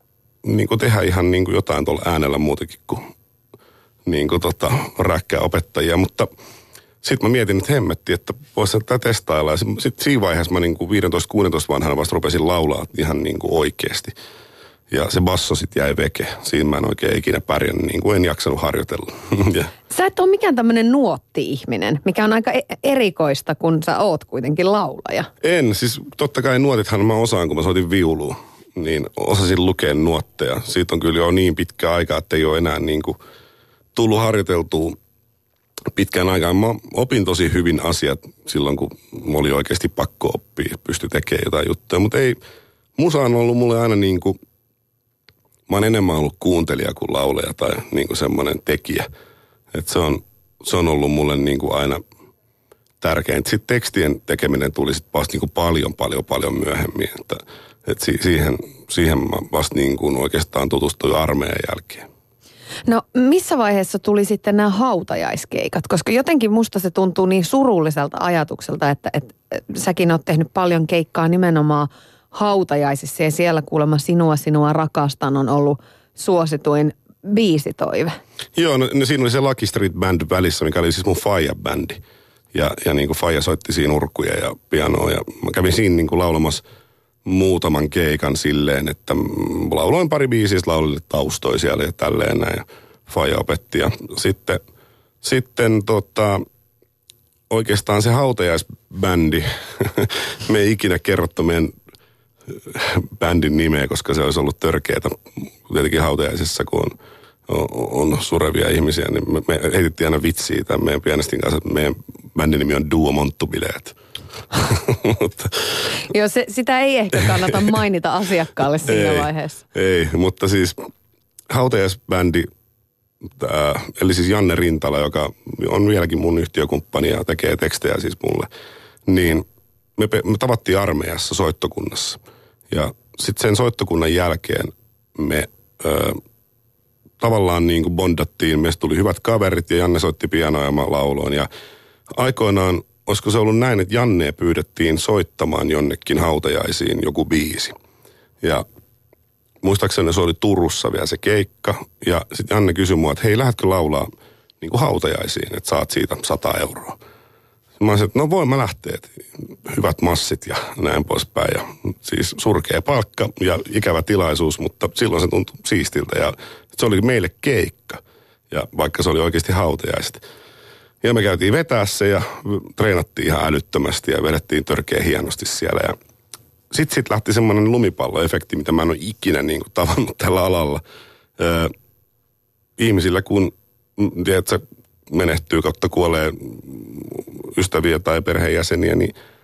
tehdä ihan niin kuin jotain tuolla äänellä muutenkin kuin niin kuin räkkää opettajia. Mutta sitten mä mietin, että hemmetti, että voisi tätä testailla. Ja sitten siinä vaiheessa mä niin kuin 15-16 vanhana vasta rupesin laulaa ihan niin kuin oikeasti. Ja se basso sitten jäi veke. Siinä mä en oikein ikinä pärjännyt, niin kuin en jaksanut harjoitella. Sä et ole mikään tämmöinen nuotti-ihminen, mikä on aika erikoista, kun sä oot kuitenkin laulaja. En, siis totta kai nuotithan mä osaan, kun mä soitin viulua. Niin osasin lukea nuotteja. Siitä on kyllä jo niin pitkä aika, että ei ole enää niin kuin tullut harjoiteltua pitkään aikaan. Mä opin tosi hyvin asiat silloin, kun mulla oli oikeasti pakko oppia, pystyi tekemään jotain juttuja. Mutta ei, musa on ollut mulle aina niin kuin, mä oon enemmän ollut kuuntelija kuin laulaja tai niin kuin semmoinen tekijä. Että se on ollut mulle niin kuin aina tärkeintä. Sitten tekstien tekeminen tuli sitten vasta niin kuin paljon myöhemmin. Että siihen mä vasta niin kuin oikeastaan tutustuin armeijan jälkeen. No missä vaiheessa tuli sitten nämä hautajaiskeikat? Koska jotenkin musta se tuntuu niin surulliselta ajatukselta, että säkin oot tehnyt paljon keikkaa nimenomaan hautajaisissa ja siellä kuulemma Sinua rakastan on ollut suosituin biisitoive. Joo, no siinä oli se Lucky Street Band välissä, mikä oli siis mun faija-bändi. Ja niin kuin faija soitti siinä urkkuja ja pianoa ja mä kävin siinä niin kuin laulamassa muutaman keikan silleen, että lauloin pari biisiä, laulin taustoja siellä ja tälleen näin. Ja faija opetti ja sitten oikeastaan se hautajaisbändi, me ei ikinä kerrottu meidän bändin nimeä, koska se olisi ollut törkeätä. Tietenkin hautajaisissa, kun on surevia ihmisiä, niin me heitettiin aina vitsiä tämän meidän pianistin kanssa, että meidän bändin nimi on Duo Monttubileet. Joo, sitä ei ehkä kannata mainita asiakkaalle siinä vaiheessa. Ei, mutta siis hautajaisbändi, eli siis Janne Rintala, joka on vieläkin mun yhtiökumppani ja tekee tekstejä siis mulle, niin me tavattiin armeijassa soittokunnassa. Ja sitten sen soittokunnan jälkeen me tavallaan niin kuin bondattiin. Meistä tuli hyvät kaverit ja Janne soitti pianoa ja mä lauloin. Ja aikoinaan, olisiko se ollut näin, että Jannea pyydettiin soittamaan jonnekin hautajaisiin joku biisi. Ja muistaakseni se oli Turussa vielä se keikka. Ja sitten Janne kysyi mua, että hei, lähdetkö laulaa niin kuin hautajaisiin, että saat siitä 100 euroa. Mä olisin, että no voin mä lähteä, hyvät massit ja näin poispäin. Ja siis surkea palkka ja ikävä tilaisuus, mutta silloin se tuntui siistiltä. Ja se oli meille keikka, ja vaikka se oli oikeasti hautajaiset. Ja me käytiin vetää se ja treenattiin ihan älyttömästi ja vedettiin törkeä hienosti siellä. Ja sitten lähti semmoinen lumipalloefekti, mitä mä en ole ikinä niin kuin tavannut tällä alalla. Ihmisillä kun, tiedätkö, menehtyy kautta kuolee ystäviä tai perheenjäseniä, niin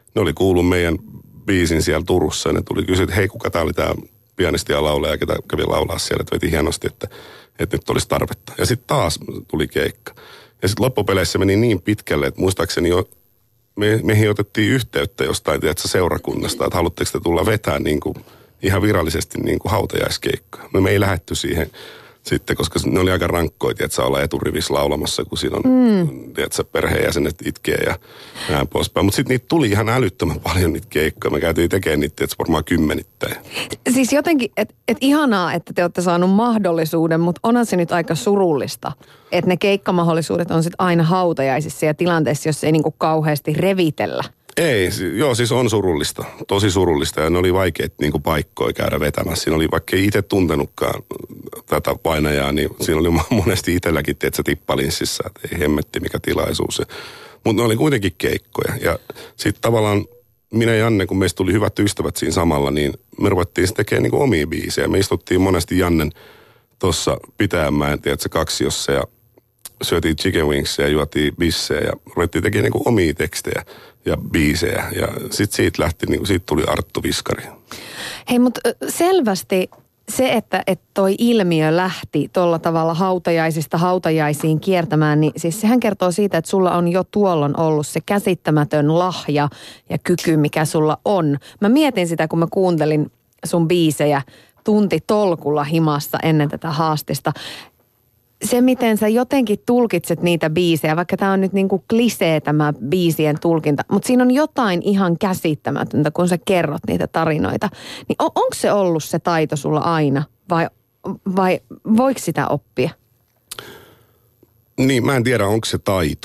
ne oli kuullut meidän biisin siellä Turussa ja ne tuli kysyä, että hei, kuka tää oli tää pianisti ja laulaja, ketä kävi laulaa siellä, että veti hienosti, että nyt olisi tarvetta. Ja sitten taas tuli keikka. Ja sitten loppupeleissä meni niin pitkälle, että muistaakseni jo meihin otettiin yhteyttä jostain, tiedätkö, seurakunnasta, että haluatteko te tulla vetää niin kuin ihan virallisesti niin kuin hautajaiskeikkaa. Me ei lähdetty siihen sitten, koska ne oli aika rankkoja, tiedätkö, olla eturivissä laulamassa, kun siinä on, tiedätkö, perheenjäsenet itkee ja näin poispäin. Mutta sitten niitä tuli ihan älyttömän paljon niitä keikkoja. Me käytiin tekemään niitä, tiedätkö, varmaan 10. Siis jotenkin, että ihanaa, että te olette saanut mahdollisuuden, mutta onhan se nyt aika surullista, että ne keikkamahdollisuudet on sitten aina hautajaisissa ja tilanteessa, jos ei niinku kauheasti revitellä. Ei, joo, siis on surullista, tosi surullista ja ne oli vaikeita niin kuin paikkoja käydä vetämässä. Siinä oli, vaikka ei itse tuntenutkaan tätä painajaa, niin siinä oli monesti itselläkin, tiedätkö, tippalinssissä, että ei hemmetti mikä tilaisuus. Mutta ne oli kuitenkin keikkoja ja sitten tavallaan minä ja Janne, kun meistä tuli hyvät ystävät siinä samalla, niin me ruvettiin sitten tekemään niin kuin omia biisejä. Me istuttiin monesti Jannen tuossa Pitäjänmäen, tiedätkö, kaksiossa ja syötiin chicken wingsia ja juotiin bissejä ja ruvettiin tekemään niin kuin omia tekstejä ja biisejä. Ja sitten siitä lähti, niin kuin siitä tuli Arttu Viskari. Hei, mutta selvästi se, että toi ilmiö lähti tuolla tavalla hautajaisista hautajaisiin kiertämään, niin siis sehän kertoo siitä, että sulla on jo tuolloin ollut se käsittämätön lahja ja kyky, mikä sulla on. Mä mietin sitä, kun mä kuuntelin sun biisejä tuntitolkulla himassa ennen tätä haastista. Se, miten sä jotenkin tulkitset niitä biisejä, vaikka tää on nyt niinku klisee tämä biisien tulkinta, mutta siinä on jotain ihan käsittämätöntä, kun sä kerrot niitä tarinoita. Niin onko se ollut se taito sulla aina vai voiko sitä oppia? Niin, mä en tiedä, onko se taito.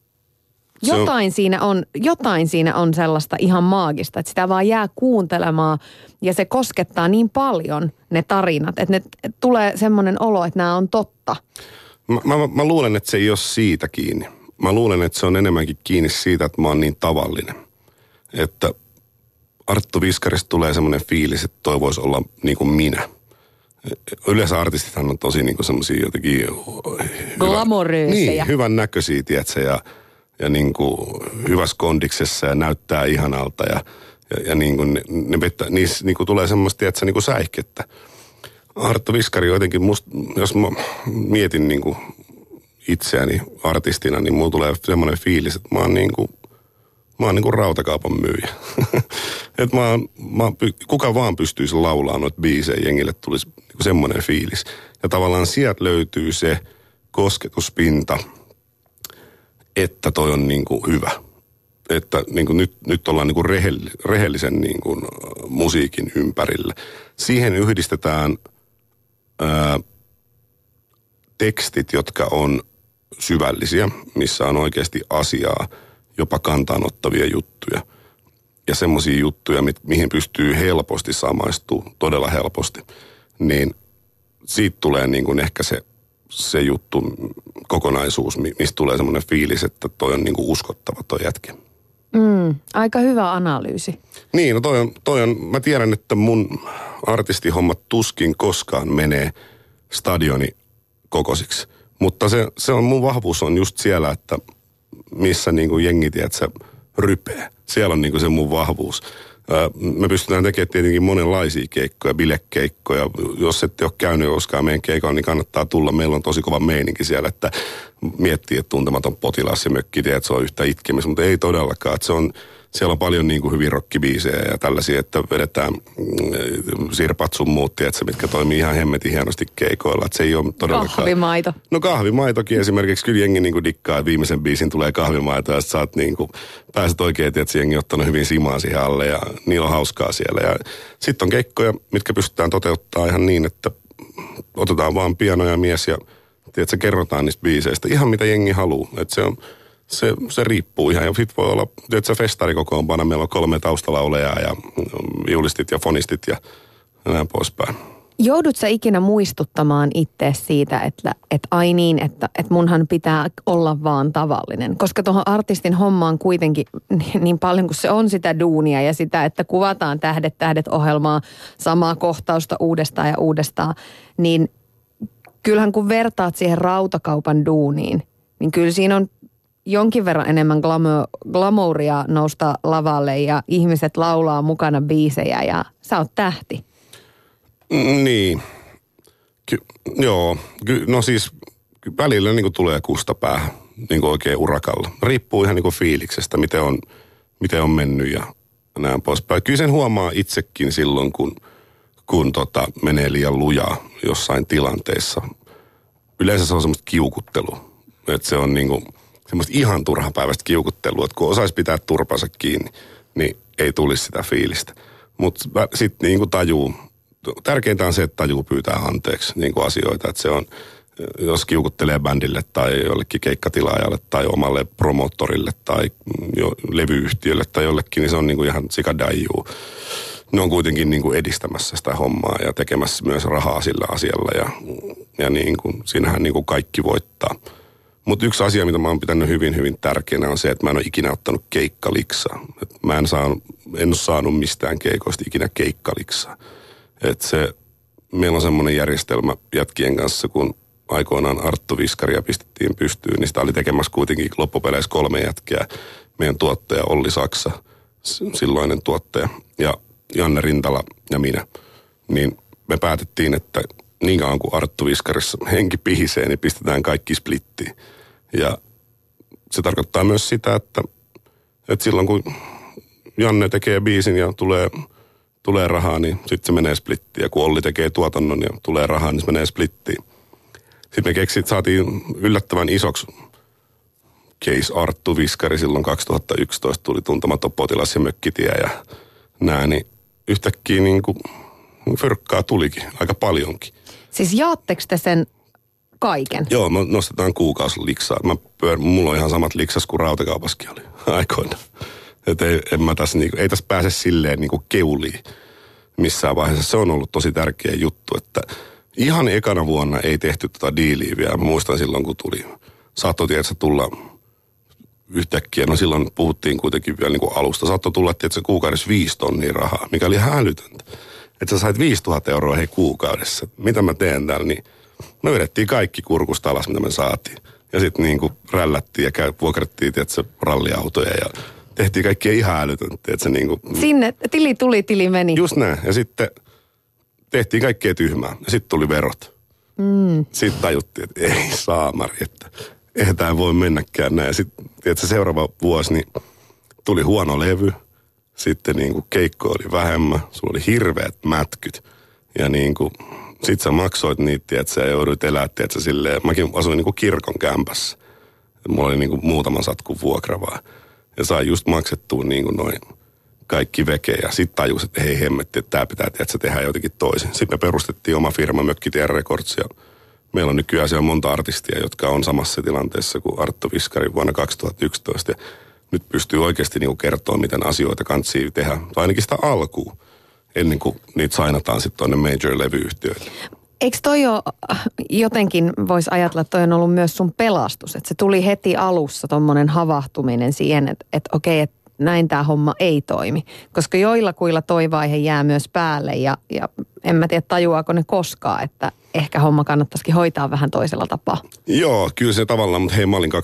Jotain siinä on sellaista ihan maagista, että sitä vaan jää kuuntelemaan ja se koskettaa niin paljon ne tarinat, että ne tulee semmoinen olo, että nämä on totta. Mä luulen, että se ei ole siitä kiinni. Mä luulen, että se on enemmänkin kiinni siitä, että mä oon niin tavallinen. Että Arttu Viskarista tulee semmoinen fiilis, että toi voisi olla niin kuin minä. Yleensä artistithan on tosi niin kuin semmoisia jotenkin glamouröysejä. Niin, hyvän näköisiä, tiedätkö, ja niin kuin hyvässä kondiksessa ja näyttää ihanalta ja niin kuin niissä niin kuin tulee semmoista, tiedätkö, niin kuin säihkettä. Arttu Viskari jotenkin jos mä mietin niin kuin itseäni artistina, niin mulla tulee semmoinen fiilis, että mä oon niin kuin rautakaupan myyjä. Että kuka vaan pystyisi laulaa noita biisejä, jengille tulisi niin kuin semmoinen fiilis. Ja tavallaan sieltä löytyy se kosketuspinta, että toi on niin kuin hyvä. Että niin kuin nyt ollaan niin kuin rehellisen niin kuin musiikin ympärillä. Siihen yhdistetään tekstit, jotka on syvällisiä, missä on oikeasti asiaa, jopa kantaanottavia juttuja. Ja semmoisia juttuja, mihin pystyy helposti samaistumaan, todella helposti. Niin siitä tulee niin kuin ehkä se juttu, kokonaisuus, mistä tulee semmoinen fiilis, että toi on niin kuin uskottava toi jätkä. Aika hyvä analyysi. Niin, no toi on, mä tiedän, että mun artistihommat tuskin koskaan menee stadioni kokoisiksi. Mutta se on, mun vahvuus on just siellä, että missä niin kuin jengi, tiedätkö, rypee. Siellä on niin kuin se mun vahvuus. Me pystytään tekemään tietenkin monenlaisia keikkoja, bilekeikkoja. Jos ette ole käynyt koskaan meidän keikolla, niin kannattaa tulla. Meillä on tosi kova meininki siellä, että miettii, että tuntematon potilas ja mökki, että se on yhtä itkemistä, mutta ei todellakaan. Että siellä on paljon niin kuin hyvin rockibiisejä ja tällaisia, että vedetään sirpat sun muut, että mitkä toimii ihan hemmetin hienosti keikoilla. Että se ei ole todellakaan... Kahvimaito. No kahvimaitokin esimerkiksi. Kyllä jengi niin kuin dikkaa, että viimeisen biisin tulee kahvimaito ja sä oot niin kuin, pääset oikein, että jengi on ottanut hyvin simaa siihen alle ja niillä on hauskaa siellä. Ja sitten on keikkoja, mitkä pystytään toteuttaa ihan niin, että otetaan vaan piano ja mies ja tiedätkö, kerrotaan niistä biiseistä ihan mitä jengi haluaa. Että se riippuu ihan. Ja sit voi olla, tiedätkö, festarikokoonpana. Meillä on 3 taustalaulajaa ja julistit ja fonistit ja näin poispäin. Joudut sä ikinä muistuttamaan itse siitä, että ai niin, että munhan pitää olla vaan tavallinen? Koska tuohon artistin hommaan kuitenkin niin paljon kuin se on sitä duunia ja sitä, että kuvataan tähdet ohjelmaa, samaa kohtausta uudestaan ja uudestaan, niin kyllähän kun vertaat siihen rautakaupan duuniin, niin kyllä siinä on jonkin verran enemmän glamouria nousta lavalle ja ihmiset laulaa mukana biisejä ja sä oot tähti. Niin. Joo. No siis välillä niin kuin tulee kusta päähän niin kuin oikein urakalla. Riippuu ihan niin kuin fiiliksestä, miten on mennyt ja näin poispäin. Kyllä sen huomaa itsekin silloin, kun menee liian lujaa jossain tilanteissa. Yleensä se on semmoista kiukuttelua. Että se on niinku semmoista ihan turhapäiväistä kiukuttelua, että kun osaisi pitää turpansa kiinni, niin ei tulisi sitä fiilistä. Mutta sitten niinku tajuu, tärkeintä on se, että tajuu pyytää anteeksi niinku asioita, että se on, jos kiukuttelee bändille tai jollekin keikkatilaajalle tai omalle promoottorille tai levyyhtiölle tai jollekin, niin se on niinku ihan sikadaijuu. Ne on kuitenkin niinku edistämässä sitä hommaa ja tekemässä myös rahaa sillä asialla ja niinku, siinähän niinku kaikki voittaa. Mutta yksi asia, mitä mä oon pitänyt hyvin, hyvin tärkeänä on se, että mä en ole ikinä ottanut keikkaliksaa. Mä en ole saanut mistään keikoista ikinä keikkaliksaa. Meillä on semmoinen järjestelmä jätkien kanssa, kun aikoinaan Arttu Viskaria pistettiin pystyyn, niin sitä oli tekemässä kuitenkin loppupeleissä 3 jätkää. Meidän tuottaja Olli Saksa, silloinen tuottaja, ja Janne Rintala ja minä. Niin me päätettiin, että niin kauan kuin Arttu Viskarissa henki pihisee, niin pistetään kaikki splittiin. Ja se tarkoittaa myös sitä, että silloin kun Janne tekee biisin ja tulee rahaa, niin sitten se menee splittiin. Ja kun Olli tekee tuotannon ja tulee rahaa, niin se menee splittiin. Sitten me saatiin yllättävän isoksi case Arttu Viskari silloin 2011. Tuli Tuntematon potilas ja Mökkitie ja nää, niin yhtäkkiä niin kuin fyrkkaa tulikin aika paljonkin. Siis jaatteko te sen kaiken? Joo, me nostetaan kuukausiliksaa. Mulla on ihan samat liksas kuin Rautakaupaskin oli aikoinaan. Että ei tässä pääse silleen niin kuin keuliin missään vaiheessa. Se on ollut tosi tärkeä juttu, että ihan ekana vuonna ei tehty tota diiliä vielä. Mä muistan silloin, kun saattoi tietysti tulla yhtäkkiä, no silloin puhuttiin kuitenkin vielä niin kuin alusta. Saattoi tulla tietysti kuukaudessa 5 tonnia rahaa, mikä oli hälytöntä. Että sä sait 5 000 euroa kuukaudessa. Mitä mä teen täällä, niin me vedettiin kaikki kurkusta alas, mitä me saatiin. Ja sitten niinku rällättiin ja vuokrattiin, tietysti ralliautoja ja tehtiin kaikkia ihan älytöntä. Niinku sinne tili tuli, tili meni. Just näin. Ja sitten tehtiin kaikkea tyhmää. Ja sitten tuli verot. Sitten tajuttiin, että ei saamari, että eihän tämä voi mennäkään näin. Ja sitten seuraava vuosi niin tuli huono levy. Sitten niinku keikko oli vähemmän. Sulla oli hirveät mätkyt. Ja niinku sit sä maksoit niitä, että sä jouduit elää, että silleen. Mäkin asuin niinku kirkon kämpässä. Mulla oli niinku muutaman satkun vuokra vaan. Ja sai just maksettua niinku noin kaikki veke. Ja sit tajus, että hei hemmetti, että tää pitää tehdä jotenkin toisin. Sitten me perustettiin oma firma Mökkitie Records. Ja meillä on nykyään siellä monta artistia, jotka on samassa tilanteessa kuin Arttu Viskari vuonna 2011. Ja nyt pystyy oikeasti niinku kertoa, miten asioita kantsii tehdä. Tai ainakin sitä alkuun, ennen kuin niitä sainataan sitten tuonne major-levyyhtiöille. Eikö toi ole, jotenkin voisi ajatella, että toi on ollut myös sun pelastus? Että se tuli heti alussa tommonen havahtuminen siihen, että okei, että näin tämä homma ei toimi. Koska joillakuilla toi vaihe jää myös päälle ja en mä tiedä tajuaako ne koskaan, että ehkä homma kannattaisikin hoitaa vähän toisella tapaa. Joo, kyllä se tavallaan, mutta hei mä olin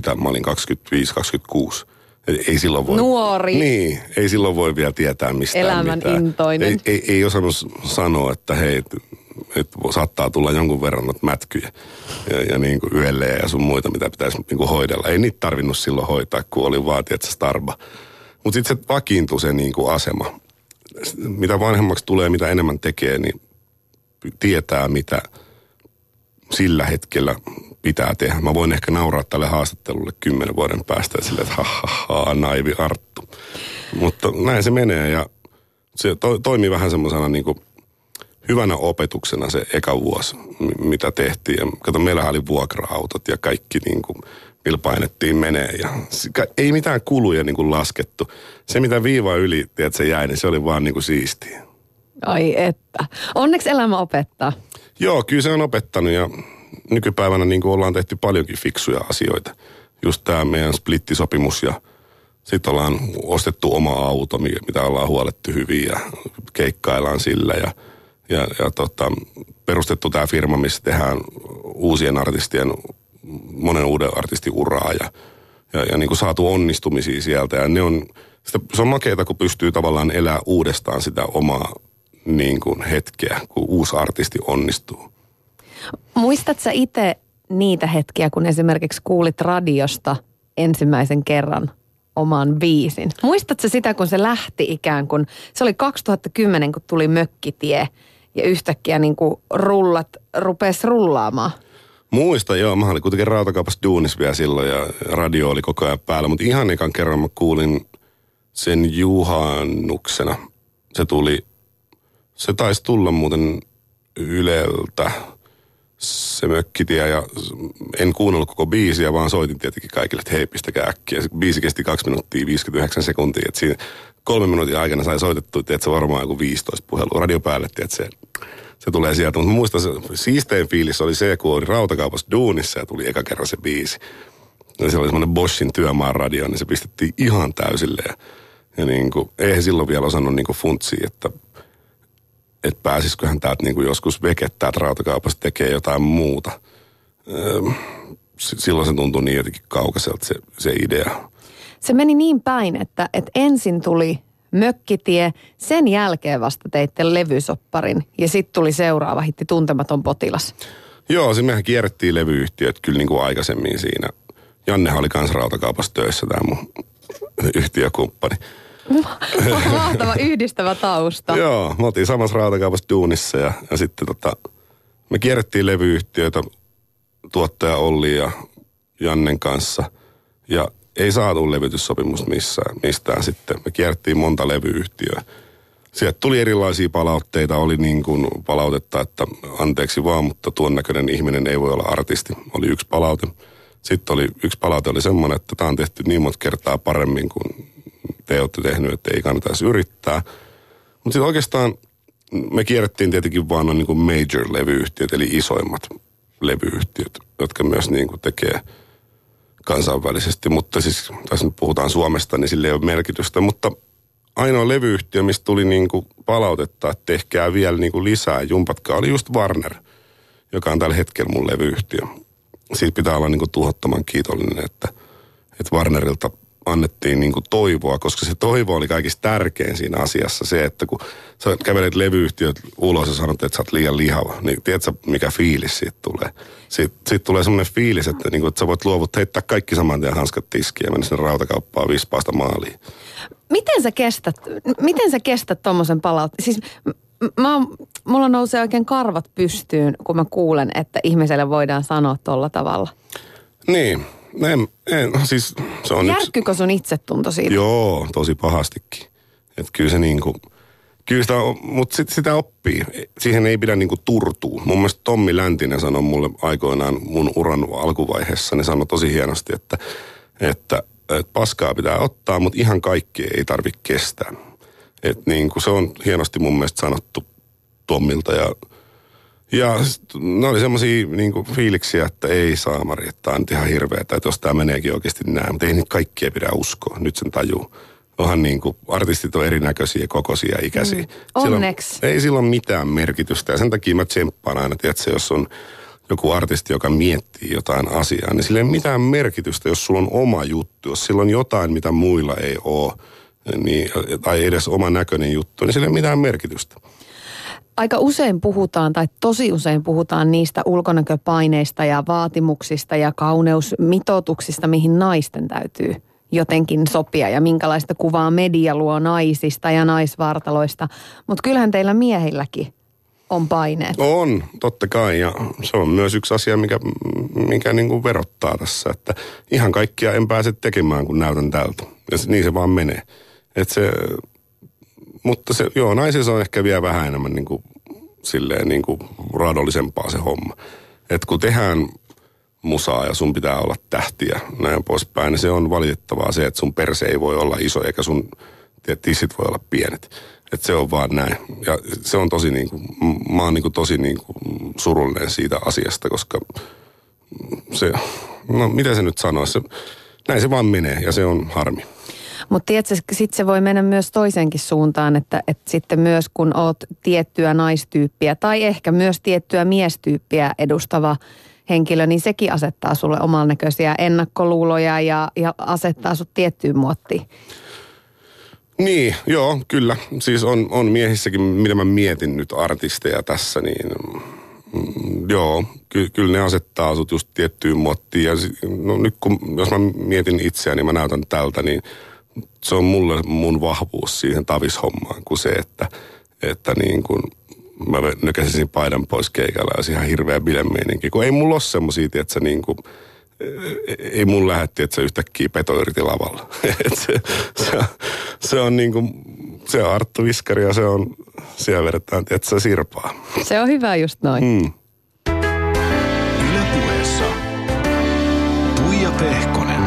25-26. Ei silloin voi. Nuori. Niin, ei silloin voi vielä tietää mistään elämän mitään. Intoinen. Ei osannut sanoa, että hei, että saattaa tulla jonkun verran noita mätkyjä ja niin kuin yölleen ja sun muita, mitä pitäisi niin kuin hoidella. Ei niitä tarvinnut silloin hoitaa, kun oli vaan, että se starba. Mutta sitten se vakiintui se niin kuin asema. Mitä vanhemmaksi tulee, mitä enemmän tekee, niin tietää, mitä sillä hetkellä pitää tehdä. Mä voin ehkä nauraa tälle haastattelulle 10 vuoden päästä ja silleen, että naivi Arttu. Mutta näin se menee ja se toimii vähän semmoisena niin kuin hyvänä opetuksena se eka vuosi, mitä tehtiin. Ja kato, meillähän oli vuokra-autot ja kaikki niin kuin, millä painettiin menee. Ja ei mitään kuluja niin kuin laskettu. Se, mitä viiva yli, tiedät, se jäi, niin se oli vaan niin kuin siistiä. Ai että. Onneksi elämä opettaa. Joo, kyllä se on opettanut ja nykypäivänä niin kuin ollaan tehty paljonkin fiksuja asioita. Just tämä meidän splittisopimus ja sitten ollaan ostettu oma auto, mitä ollaan huolettu hyvin ja keikkaillaan sillä ja perustettu tämä firma, missä tehdään uusien artistien, monen uuden artistin uraa ja niin kuin saatu onnistumisia sieltä. Ja se on makeata, kun pystyy tavallaan elämään uudestaan sitä omaa niin kuin hetkeä, kun uusi artisti onnistuu. Muistatko sä itse niitä hetkiä, kun esimerkiksi kuulit radiosta ensimmäisen kerran oman biisin? Muistatko sitä, kun se lähti ikään kuin, se oli 2010, kun tuli Mökkitie ja yhtäkkiä niin kuin rupesi rullaamaan? Muista, joo. Mä olin kuitenkin Rautakaupassa duunis vielä silloin ja radio oli koko ajan päällä. Mutta ihan ekan kerran mä kuulin sen juhannuksena. Se taisi tulla muuten Yleltä se Mökkitie ja en kuunnellut koko biisiä, vaan soitin tietenkin kaikille, että hei, pistäkää äkkiä. Se biisi kesti 2 minuuttia 59 sekuntia. Että siinä 3 minuutin aikana sai soitettua, että se varmaan joku 15 puhelua radio päälle, että se tulee sieltä. Mutta muistan, se siistein fiilis oli se, kun oli Rautakaupassa duunissa ja tuli eka kerran se biisi. Ja se oli semmoinen Boschin työmaan radio, niin se pistettiin ihan täysille. Ja niin kuin, eihän silloin vielä osannut niin kuin funtsia, että pääsisiköhän täältä niin kuin joskus vekettää, että Rautakaupassa tekee jotain muuta. Silloin se tuntui niin jotenkin kaukaiselta se idea. Se meni niin päin, että ensin tuli Mökkitie, sen jälkeen vasta teitte levysopparin ja sitten tuli seuraava hitti Tuntematon potilas. Joo, se mehän kierrettiin levyyhtiöt kyllä niin kuin aikaisemmin siinä. Jannehan oli kans Rautakaupassa töissä, tämä mun yhtiökumppani. Mahtava yhdistävä tausta. Joo, me oltiin samassa Rautakaupassa duunissa ja sitten me kierrettiin levyyhtiöitä tuottaja Olli ja Jannen kanssa ja ei saatu levytyssopimusta mistään sitten. Me kierrettiin monta levyyhtiöä. Sieltä tuli erilaisia palautteita. Oli niin kuin palautetta, että anteeksi vaan, mutta tuon näköinen ihminen ei voi olla artisti. Oli yksi palaute. Sitten yksi palaute oli semmoinen, että tämä on tehty niin monta kertaa paremmin kuin te olette tehnyt, että ei kannata edes yrittää. Mutta sitten oikeastaan me kierrettiin tietenkin vaan niin kuin major-levyyhtiöt, eli isoimmat levyyhtiöt, jotka myös niin kuin tekee kansainvälisesti, mutta siis tässä nyt puhutaan Suomesta, niin sillä ei ole merkitystä. Mutta ainoa levyyhtiö, mistä tuli niin kuin palautetta, että tehkää vielä niin kuin lisää, jumpatkaa, oli just Warner, joka on tällä hetkellä mun levyyhtiö. Siitä pitää olla niin kuin tuhottoman kiitollinen, että Warnerilta annettiin niin kuin toivoa, koska se toivo oli kaikista tärkein siinä asiassa. Se, että kun sä kävelet levyyhtiöt ulos ja sanot, että sä oot liian lihava, niin tiedätkö mikä fiilis siitä tulee? Siitä tulee semmoinen fiilis, että, niin kuin, että sä voit heittää kaikki saman tien hanskat tiskiin ja mennä sinne Rautakauppaan vispaasta maaliin. Miten sä kestät tommosen palautteen? Siis mulla nousee oikein karvat pystyyn, kun mä kuulen, että ihmiselle voidaan sanoa tolla tavalla. Niin. Siis se on järkkykö sun itsetunto siitä? Joo, tosi pahastikin. Että kyllä se niinku, mutta sitä oppii. Siihen ei pidä niinku turtua. Mun mielestä Tommi Läntinen sanoi mulle aikoinaan mun uran alkuvaiheessa, ne sanoi tosi hienosti, että paskaa pitää ottaa, mutta ihan kaikki ei tarvitse kestää. Että niinku se on hienosti mun mielestä sanottu Tommilta ja ne oli semmoisia niinku fiiliksiä, että ei saamari, että tämä on ihan hirveetä, että jos tämä meneekin oikeasti näin. Mutta ei niitä kaikkia pidä uskoa, nyt sen tajuu. Onhan niinku, artistit on erinäköisiä, kokoisia ja ikäisiä. Onneksi. Ei sillä ole mitään merkitystä ja sen takia mä tsemppaan aina, tiedätkö, jos on joku artisti, joka miettii jotain asiaa, niin sillä ei ole mitään merkitystä, jos sulla on oma juttu. Jos sillä on jotain, mitä muilla ei ole, niin, tai edes oma näköinen juttu, niin sillä ei ole mitään merkitystä. Aika usein puhutaan, tai tosi usein puhutaan niistä ulkonäköpaineista ja vaatimuksista ja kauneusmitoituksista, mihin naisten täytyy jotenkin sopia ja minkälaista kuvaa media luo naisista ja naisvartaloista. Mutta kyllähän teillä miehilläkin on paineet. On, totta kai, ja se on myös yksi asia, mikä niin kuin verottaa tässä, että ihan kaikkia en pääse tekemään, kun näytän tältä. Ja niin se vaan menee. Mutta se, joo, naisissa on ehkä vielä vähän enemmän niin kuin, silleen niin kuin raadollisempaa se homma. Että kun tehdään musaa ja sun pitää olla tähtiä näin poispäin, niin se on valitettavaa se, että sun perse ei voi olla iso eikä sun tissit voi olla pienet. Että se on vaan näin. Ja se on tosi niin kuin, mä oon niin kuin tosi niin kuin surullinen siitä asiasta, koska se, no miten se nyt sanoisi, näin se vaan menee ja se on harmi. Mutta tiedätkö, sitten se voi mennä myös toisenkin suuntaan, että sitten myös kun oot tiettyä naistyyppiä tai ehkä myös tiettyä miestyyppiä edustava henkilö, niin sekin asettaa sulle oman näköisiä ennakkoluuloja ja asettaa sut tiettyyn muottiin. Niin, joo, kyllä. Siis on miehissäkin, mitä mä mietin nyt artisteja tässä, niin joo, kyllä ne asettaa sut just tiettyyn muottiin. Ja no nyt jos mä mietin itseäni, niin mä näytän tältä, niin se on mulle mun vahvuus siihen tavishommaan kuin se, että niin kuin mä nykäsisin paidan pois keikalla ja olisi ihan hirveä bilemeininki. Kun ei mulla ole semmosia, että niin kuin, ei mun lähetti, että se yhtäkkiä petoyriti lavalla. se on niin kuin, se on Arttu Viskari ja se on, siellä vedetään, että se sirpaa. Se on hyvä just noin. Yle Puheessa Tuija Pehkonen.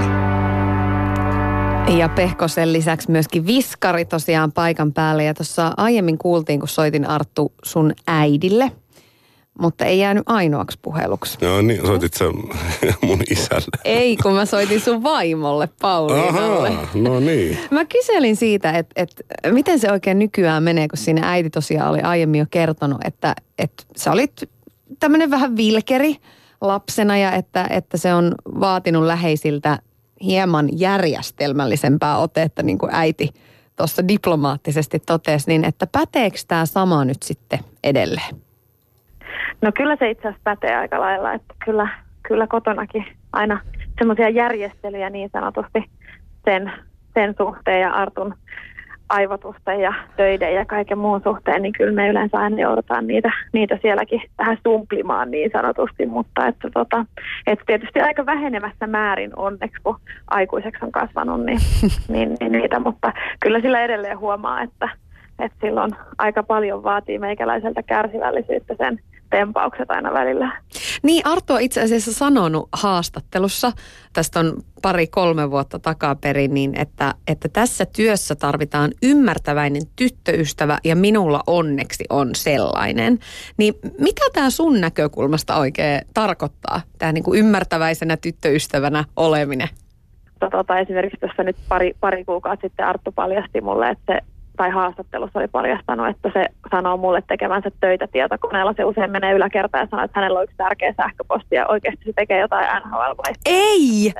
Ja Pehkosen lisäksi myöskin Viskari tosiaan paikan päälle. Ja tuossa aiemmin kuultiin, kun soitin Arttu sun äidille, mutta ei jäänyt ainoaksi puheluksi. Joo, niin soitit sä mun isälle. Ei, kun mä soitin sun vaimolle, Pauliinalle. Ahaa, no niin. Mä kyselin siitä, että miten se oikein nykyään menee, kun siinä äiti tosiaan oli aiemmin jo kertonut, että sä olit tämmönen vähän vilkeri lapsena ja että se on vaatinut läheisiltä hieman järjestelmällisempää otetta, niin kuin äiti tuossa diplomaattisesti totesi, niin että päteekö tämä sama nyt sitten edelleen? No kyllä se itse asiassa pätee aika lailla, että kyllä kotonakin aina semmoisia järjestelyjä niin sanotusti sen suhteen ja Artun aivotusten ja töiden ja kaiken muun suhteen, niin kyllä me yleensä aina joudutaan niitä sielläkin vähän sumplimaan niin sanotusti, mutta että tietysti aika vähenevässä määrin onneksi, kun aikuiseksi on kasvanut, niin niitä, mutta kyllä sillä edelleen huomaa, että silloin aika paljon vaatii meikäläiseltä kärsivällisyyttä sen tempaukset aina välillä. Niin, Arttu on itse asiassa sanonut haastattelussa, tästä on 2-3 vuotta takaperin, niin että tässä työssä tarvitaan ymmärtäväinen tyttöystävä ja minulla onneksi on sellainen. Niin mitä tämä sun näkökulmasta oikein tarkoittaa, tämä niin kuin ymmärtäväisenä tyttöystävänä oleminen? Esimerkiksi tässä nyt pari kuukautta sitten Arttu paljasti mulle, että tai haastattelussa oli paljastanut, että se sanoo mulle tekevänsä töitä tietokoneella. Se usein menee yläkertaan ja sanoo, että hänellä on yksi tärkeä sähköposti ja oikeasti se tekee jotain NHL vai ei!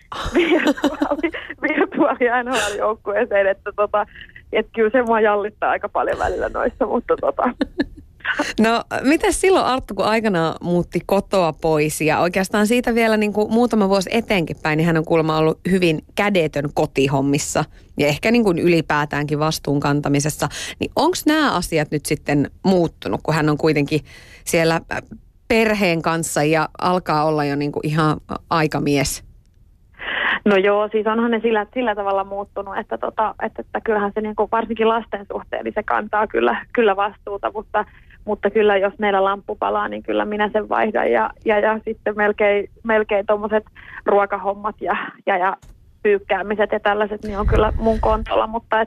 Virtuaali NHL-joukkueeseen, että kyllä se mua jallittaa aika paljon välillä noissa, mutta No, mitäs silloin Arttu, kun aikanaan muutti kotoa pois ja oikeastaan siitä vielä niin kuin muutama vuosi eteenkin päin, niin hän on kuulemma ollut hyvin kädetön kotihommissa ja ehkä niin kuin ylipäätäänkin vastuun kantamisessa. Niin onko nämä asiat nyt sitten muuttunut, kun hän on kuitenkin siellä perheen kanssa ja alkaa olla jo niin kuin ihan aikamies? No joo, siis onhan ne sillä tavalla muuttunut, että kyllähän se niin kuin varsinkin lasten suhteen, niin se kantaa kyllä vastuuta, mutta kyllä jos meillä lamppu palaa, niin kyllä minä sen vaihdan ja sitten melkein tommoset ruokahommat ja pyykkäämiset ja tällaiset, niin on kyllä mun kontolla, mutta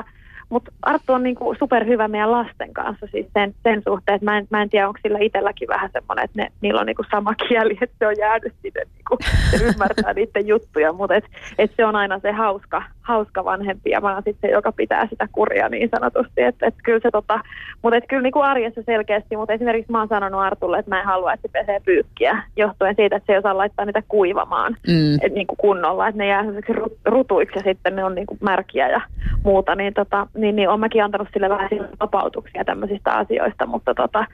Arttu on niinku superhyvä meidän lasten kanssa siis sen suhteen, että mä en tiedä, onko sillä itselläkin vähän semmoinen, että niillä on niinku sama kieli, että se on jäänyt sinne, niinku, se ymmärtää niiden juttuja, mutta et se on aina se hauska vanhempi ja mä oon sitten se, joka pitää sitä kuria niin sanotusti, että kyllä se mutta kyllä niinku arjessa selkeästi, mutta esimerkiksi mä oon sanonut Artulle, että mä en halua, että se pesee pyykkiä, johtuen siitä, että se ei osaa laittaa niitä kuivamaan niinku kunnolla, että ne jää sellaiseksi rutuiksi ja sitten ne on niinku märkiä ja muuta, niin olen mäkin antanut sille vähän vapautuksia tämmöisistä asioista, mutta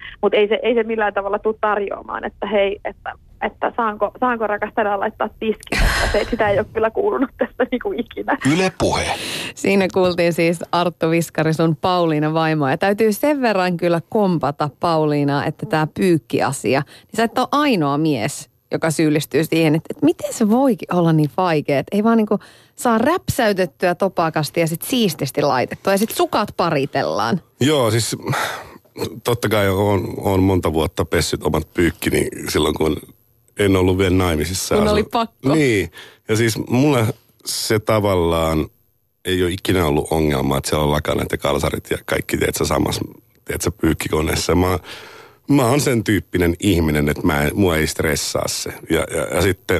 ei se millään tavalla tule tarjoamaan, että hei, että saanko rakastajaa laittaa tiskin, että sitä ei ole kyllä kuulunut tästä niinku ikinä. Yle Puhe. Siinä kuultiin siis Arttu Viskari, sun Pauliina vaimoa. Ja täytyy sen verran kyllä kompata Pauliinaa, että tämä pyykkiasia, niin sä et ole ainoa mies, joka syyllistyy siihen, että miten se voikin olla niin vaikea, että ei vaan niinku saa räpsäytettyä topakasti ja sitten siististi laitettua ja sitten sukat paritellaan. Joo, siis totta kai on monta vuotta pessyt omat pyykkini silloin, kun en ollut vielä naimisissa. Kun oli pakko. Niin, ja siis mulle se tavallaan ei ole ikinä ollut ongelma, että siellä on lakanat ja kalsarit ja kaikki samassa pyykkikoneessa. Mä oon sen tyyppinen ihminen, että mua ei stressaa se. Ja sitten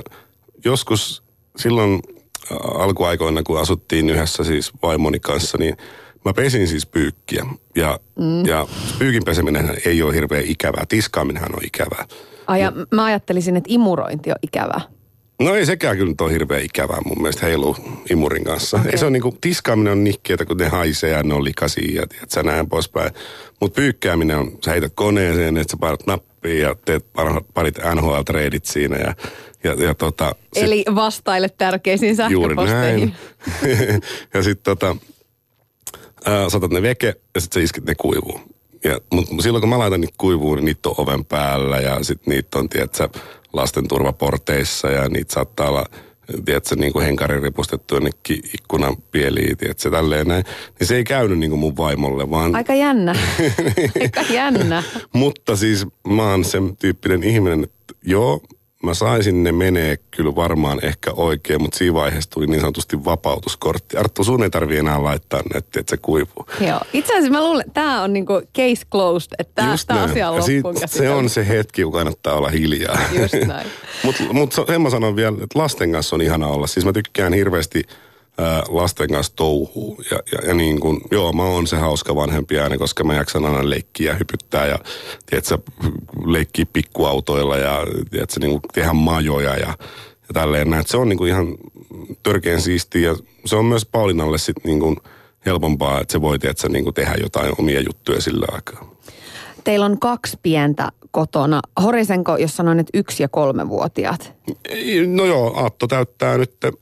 joskus silloin alkuaikoina, kun asuttiin yhdessä siis vaimoni kanssa, niin mä pesin siis pyykkiä. Ja pyykin peseminen ei ole hirveän ikävää. Tiskaaminenhan on ikävää. Mä ajattelisin, että imurointi on ikävää. No ei sekään kyllä ole hirveän ikävää mun mielestä heiluu imurin kanssa. Okay. Ei se on niinku, tiskaaminen on nihkeetä, kun ne haisee ja ne on likaisia ja tiedätkö, näin poispäin. Mutta pyykkääminen on, sä heität koneeseen, että sä painat nappiin ja teet parit NHL-treidit siinä ja eli vastaile tärkeisiin sähköposteihin. Juuri näin. Ja sitten saatat ne veke ja sitten sä iskit ne kuivuun. Mutta silloin kun mä laitan niitä kuivuun, niin niitä on oven päällä ja sitten niitä on, tiedätkö, lasten turvaporteissa ja niitä saattaa olla, tiedätkö, niin kuin henkari ripustettu jonnekin ikkunan pieliin, tiedätkö, tälleen näin. Niin se ei käynyt niin kuin mun vaimolle, vaan... Aika jännä. Aika jännä. Mutta siis mä oon sen tyyppinen ihminen, että joo, mä saisin ne menee kyllä varmaan ehkä oikein, mutta siinä vaiheessa tuli niin sanotusti vapautuskortti. Arttu, sun ei tarvitse enää laittaa ne, että se kuivuu. Joo, itse asiassa mä luulen, että tämä on niinku case closed, että tämä asia on loppuun käsitelty. Se on se hetki, kun kannattaa olla hiljaa. Just näin. Mutta sen mä sanon vielä, että lasten kanssa on ihana olla. Siis mä tykkään hirveästi lasten kanssa touhuu. Ja niin kuin, joo, mä oon se hauska vanhempi ääni, koska mä jaksan aina leikkiä ja hypyttää ja tiedätkö, leikkiä pikkuautoilla ja tiedätkö, niin kuin tehdä majoja ja tälleen näin. Se on niin kuin ihan törkeän siistiä ja se on myös Paulinalle sitten niin kuin helpompaa, että se voi tiedätkö, niin kuin tehdä jotain omia juttuja sillä aikaa. Teillä on 2 pientä kotona. Horisenko, jos sanoin, että 1- ja 3-vuotiaat? No joo, Aatto täyttää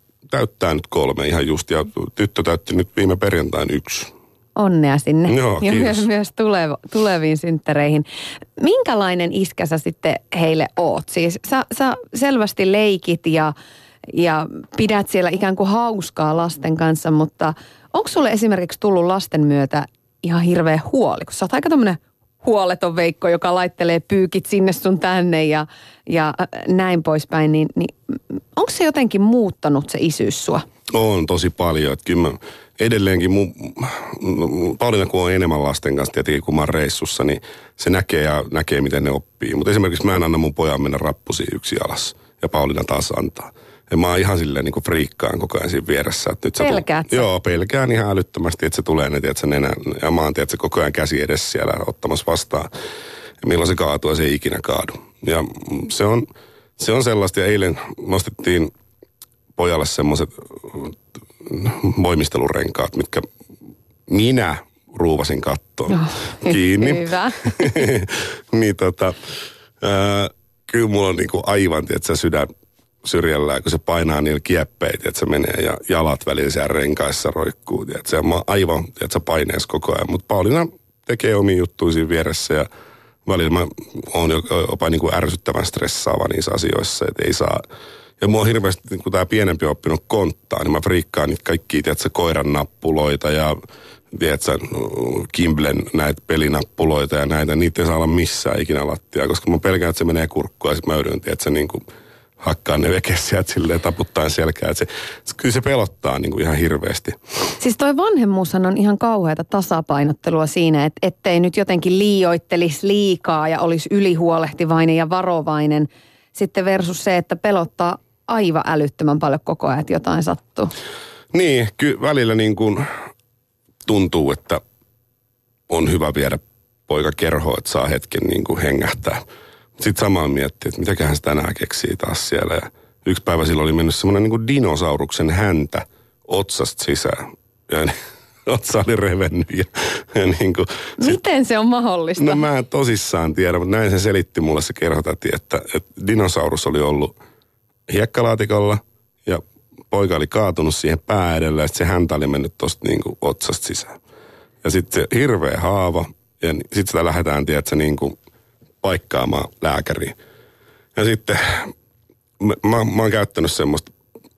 nyt 3 ihan just ja tyttö täytti nyt viime perjantain 1. Onnea sinne. Joo, ja kiitos. myös tuleviin synttäreihin. Minkälainen iskä sä sitten heille oot? Siis sä selvästi leikit ja pidät siellä ikään kuin hauskaa lasten kanssa, mutta onko sulle esimerkiksi tullut lasten myötä ihan hirveä huoli? Kun sä oot aika tämmönen huoleton Veikko, joka laittelee pyykit sinne sun tänne ja näin poispäin, niin onko se jotenkin muuttanut se isyys sua? On tosi paljon. Että kyllä mä edelleenkin, Pauliina kun on enemmän lasten kanssa, tietenkin kun mä oon reissussa, niin se näkee miten ne oppii. Mutta esimerkiksi mä en anna mun pojan mennä rappusiin yksin alas ja Pauliina taas antaa. Ja mä oon ihan silleen niin kuin friikkaan koko ajan siinä vieressä. Että nyt pelkäät sä? Joo, pelkään ihan älyttömästi, että se tulee ne, tiedätkö, nenän. Ja mä oon, tiedätkö, koko ajan käsi edessä siellä ottamassa vastaan. Ja milloin se kaatuu ja se ei ikinä kaadu. Ja se on sellaista, ja eilen nostettiin pojalle semmoiset voimistelurenkaat, mitkä minä ruuvasin kattoon kiinni. Hyvä. Niin kyllä mulla on niinku aivan, tiedätkö, sydän syrjällään, kun se painaa niillä kieppeitä, että se menee ja jalat välillä siellä renkaissa roikkuu. Tiedätkö, ja mä oon aivan, tiedätkö, paineessa koko ajan. Mutta Pauliina tekee omia juttuja siinä vieressä ja välillä mä oon jopa niinku ärsyttävän stressaava niissä asioissa, että ei saa. Ja mua on hirveästi, kun tää pienempi on oppinut konttaa, niin mä friikkaan niitä kaikkia, tiedätkö, koiran nappuloita ja tiedätkö, Kimblen näitä pelinappuloita ja näitä. Niitä ei saa olla missään ikinä lattiaa, koska mä pelkään, että se menee kurkkuun ja sit mä yritän, tiedätkö, niin kuin hakkaan ne veke sieltä silleen taputtaen selkää. Kyllä se pelottaa niin kuin ihan hirveästi. Siis toi vanhemmuushan on ihan kauheata tasapainottelua siinä, että ettei nyt jotenkin liioittelisi liikaa ja olisi ylihuolehtivainen ja varovainen. Sitten versus se, että pelottaa aivan älyttömän paljon koko ajan, että jotain sattuu. Niin, kyllä välillä niin kuin tuntuu, että on hyvä viedä poika kerhoon, että saa hetken niin kuin hengähtää. Sitten samaan miettii, että mitäköhän se tänään keksii taas siellä. Ja yksi päivä silloin oli mennyt semmoinen niin kuin dinosauruksen häntä otsasta sisään. Ja otsa oli revennyt. Ja niin kuin, miten se on mahdollista? No mä en tosissaan tiedä, mutta näin se selitti mulle se kerhotäti, että dinosaurus oli ollut hiekkalaatikolla ja poika oli kaatunut siihen pää edellä ja se häntä oli mennyt tosta niin kuin otsasta sisään. Ja sitten se hirveä haava ja sitten sitä lähdetään, tiedätkö, niin kuin paikkaamaan lääkäriin. Ja sitten mä oon käyttänyt semmoista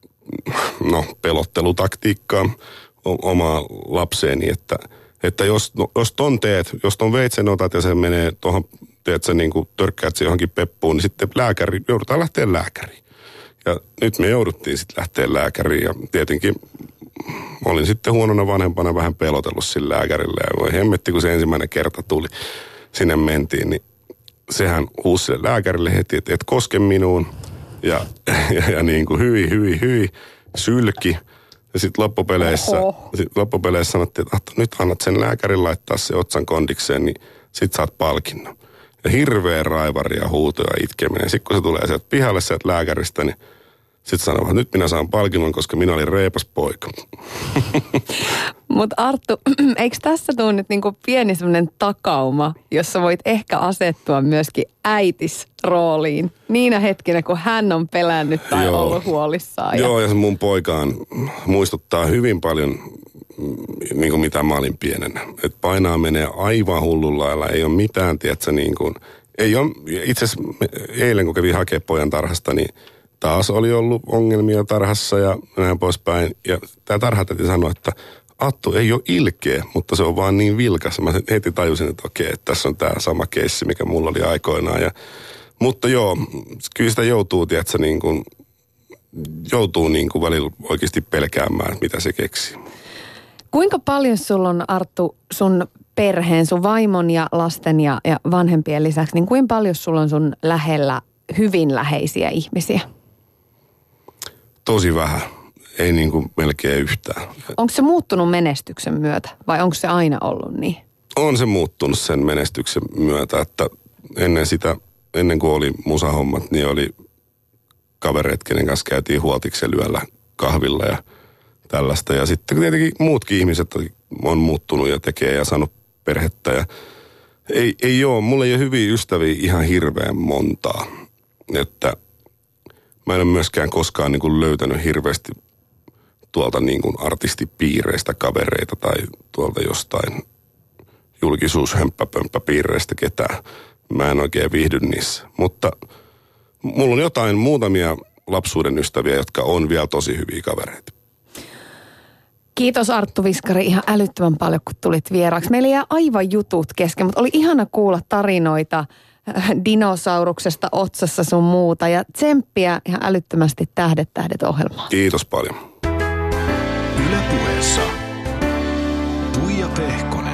pelottelutaktiikkaa omaa lapseeni, että jos ton veitsen otat ja se menee tuohon, tiedätkö, niin kuin törkkäät se johonkin peppuun, niin sitten joudutaan lähteä lääkäriin. Ja nyt me jouduttiin sitten lähteä lääkäriin ja tietenkin olin sitten huonona vanhempana vähän pelotellut sillä lääkärillä ja voi hemmetti, kun se ensimmäinen kerta tuli, sinne mentiin, niin sehän huusi sille lääkärille heti, että et koske minuun ja niin kuin hyi, sylki Ja sitten loppupeleissä sanottiin, että nyt annat sen lääkärin laittaa se otsan kondikseen, niin sit saat palkinnon. Ja hirveä raivari ja huuto ja itkeminen. Sitten kun se tulee sieltä pihalle sieltä lääkäristä, niin sitten sanoo, että nyt minä saan palkinnon, koska minä olin reipas poika. Mutta Arttu, eikö tässä tule nyt niinku pieni semmoinen takauma, jossa voit ehkä asettua myöskin äitisrooliin niinä hetkinä, kun hän on pelännyt tai ollut huolissaan? Joo, ja se mun poikaan muistuttaa hyvin paljon, niin kuin mitä mä olin pienenä. Että painaa menee aivan hullun lailla, ei ole mitään, tiedätkö, niin kuin, ei ole, itse asiassa eilen kun kävin hakemaan pojan tarhasta, niin taas oli ollut ongelmia tarhassa ja näin poispäin. Ja tämä tarha täytyy sanoa, että Attu ei ole ilkeä, mutta se on vaan niin vilkas. Mä heti tajusin, että okei, että tässä on tämä sama keissi, mikä mulla oli aikoinaan. Mutta joo, kyllä sitä joutuu, tiedätkö, niin kuin, välillä oikeasti pelkäämään, mitä se keksii. Kuinka paljon sulla on, Arttu, sun perheen, sun vaimon ja lasten ja vanhempien lisäksi, niin kuinka paljon sulla on sun lähellä hyvin läheisiä ihmisiä? Tosi vähän. Ei niin kuin melkein yhtään. Onko se muuttunut menestyksen myötä vai onko se aina ollut niin? On se muuttunut sen menestyksen myötä, että ennen kuin oli musahommat, niin oli kavereet, kenen kanssa käytiin huoltiksen yöllä kahvilla ja tällaista. Ja sitten tietenkin muutkin ihmiset on muuttunut ja tekee ja saanut perhettä. Ja ei ole, mulla ei ole hyviä ystäviä ihan hirveän montaa. Että mä en ole myöskään koskaan niin kuin löytänyt hirveästi tuolta niin kuin artistipiireistä kavereita tai tuolta jostain julkisuushömppäpömppäpiireistä ketään. Mä en oikein viihdy niissä. Mutta mulla on muutamia lapsuuden ystäviä, jotka on vielä tosi hyviä kavereita. Kiitos Arttu Viskari ihan älyttömän paljon, kun tulit vieraaksi. Meillä jää aivan jutut kesken, mutta oli ihana kuulla tarinoita dinosauruksesta otsassa sun muuta. Ja tsemppiä ihan älyttömästi Tähdet ohjelmaan. Kiitos paljon. Yle Puheessa Tuija Pehkonen.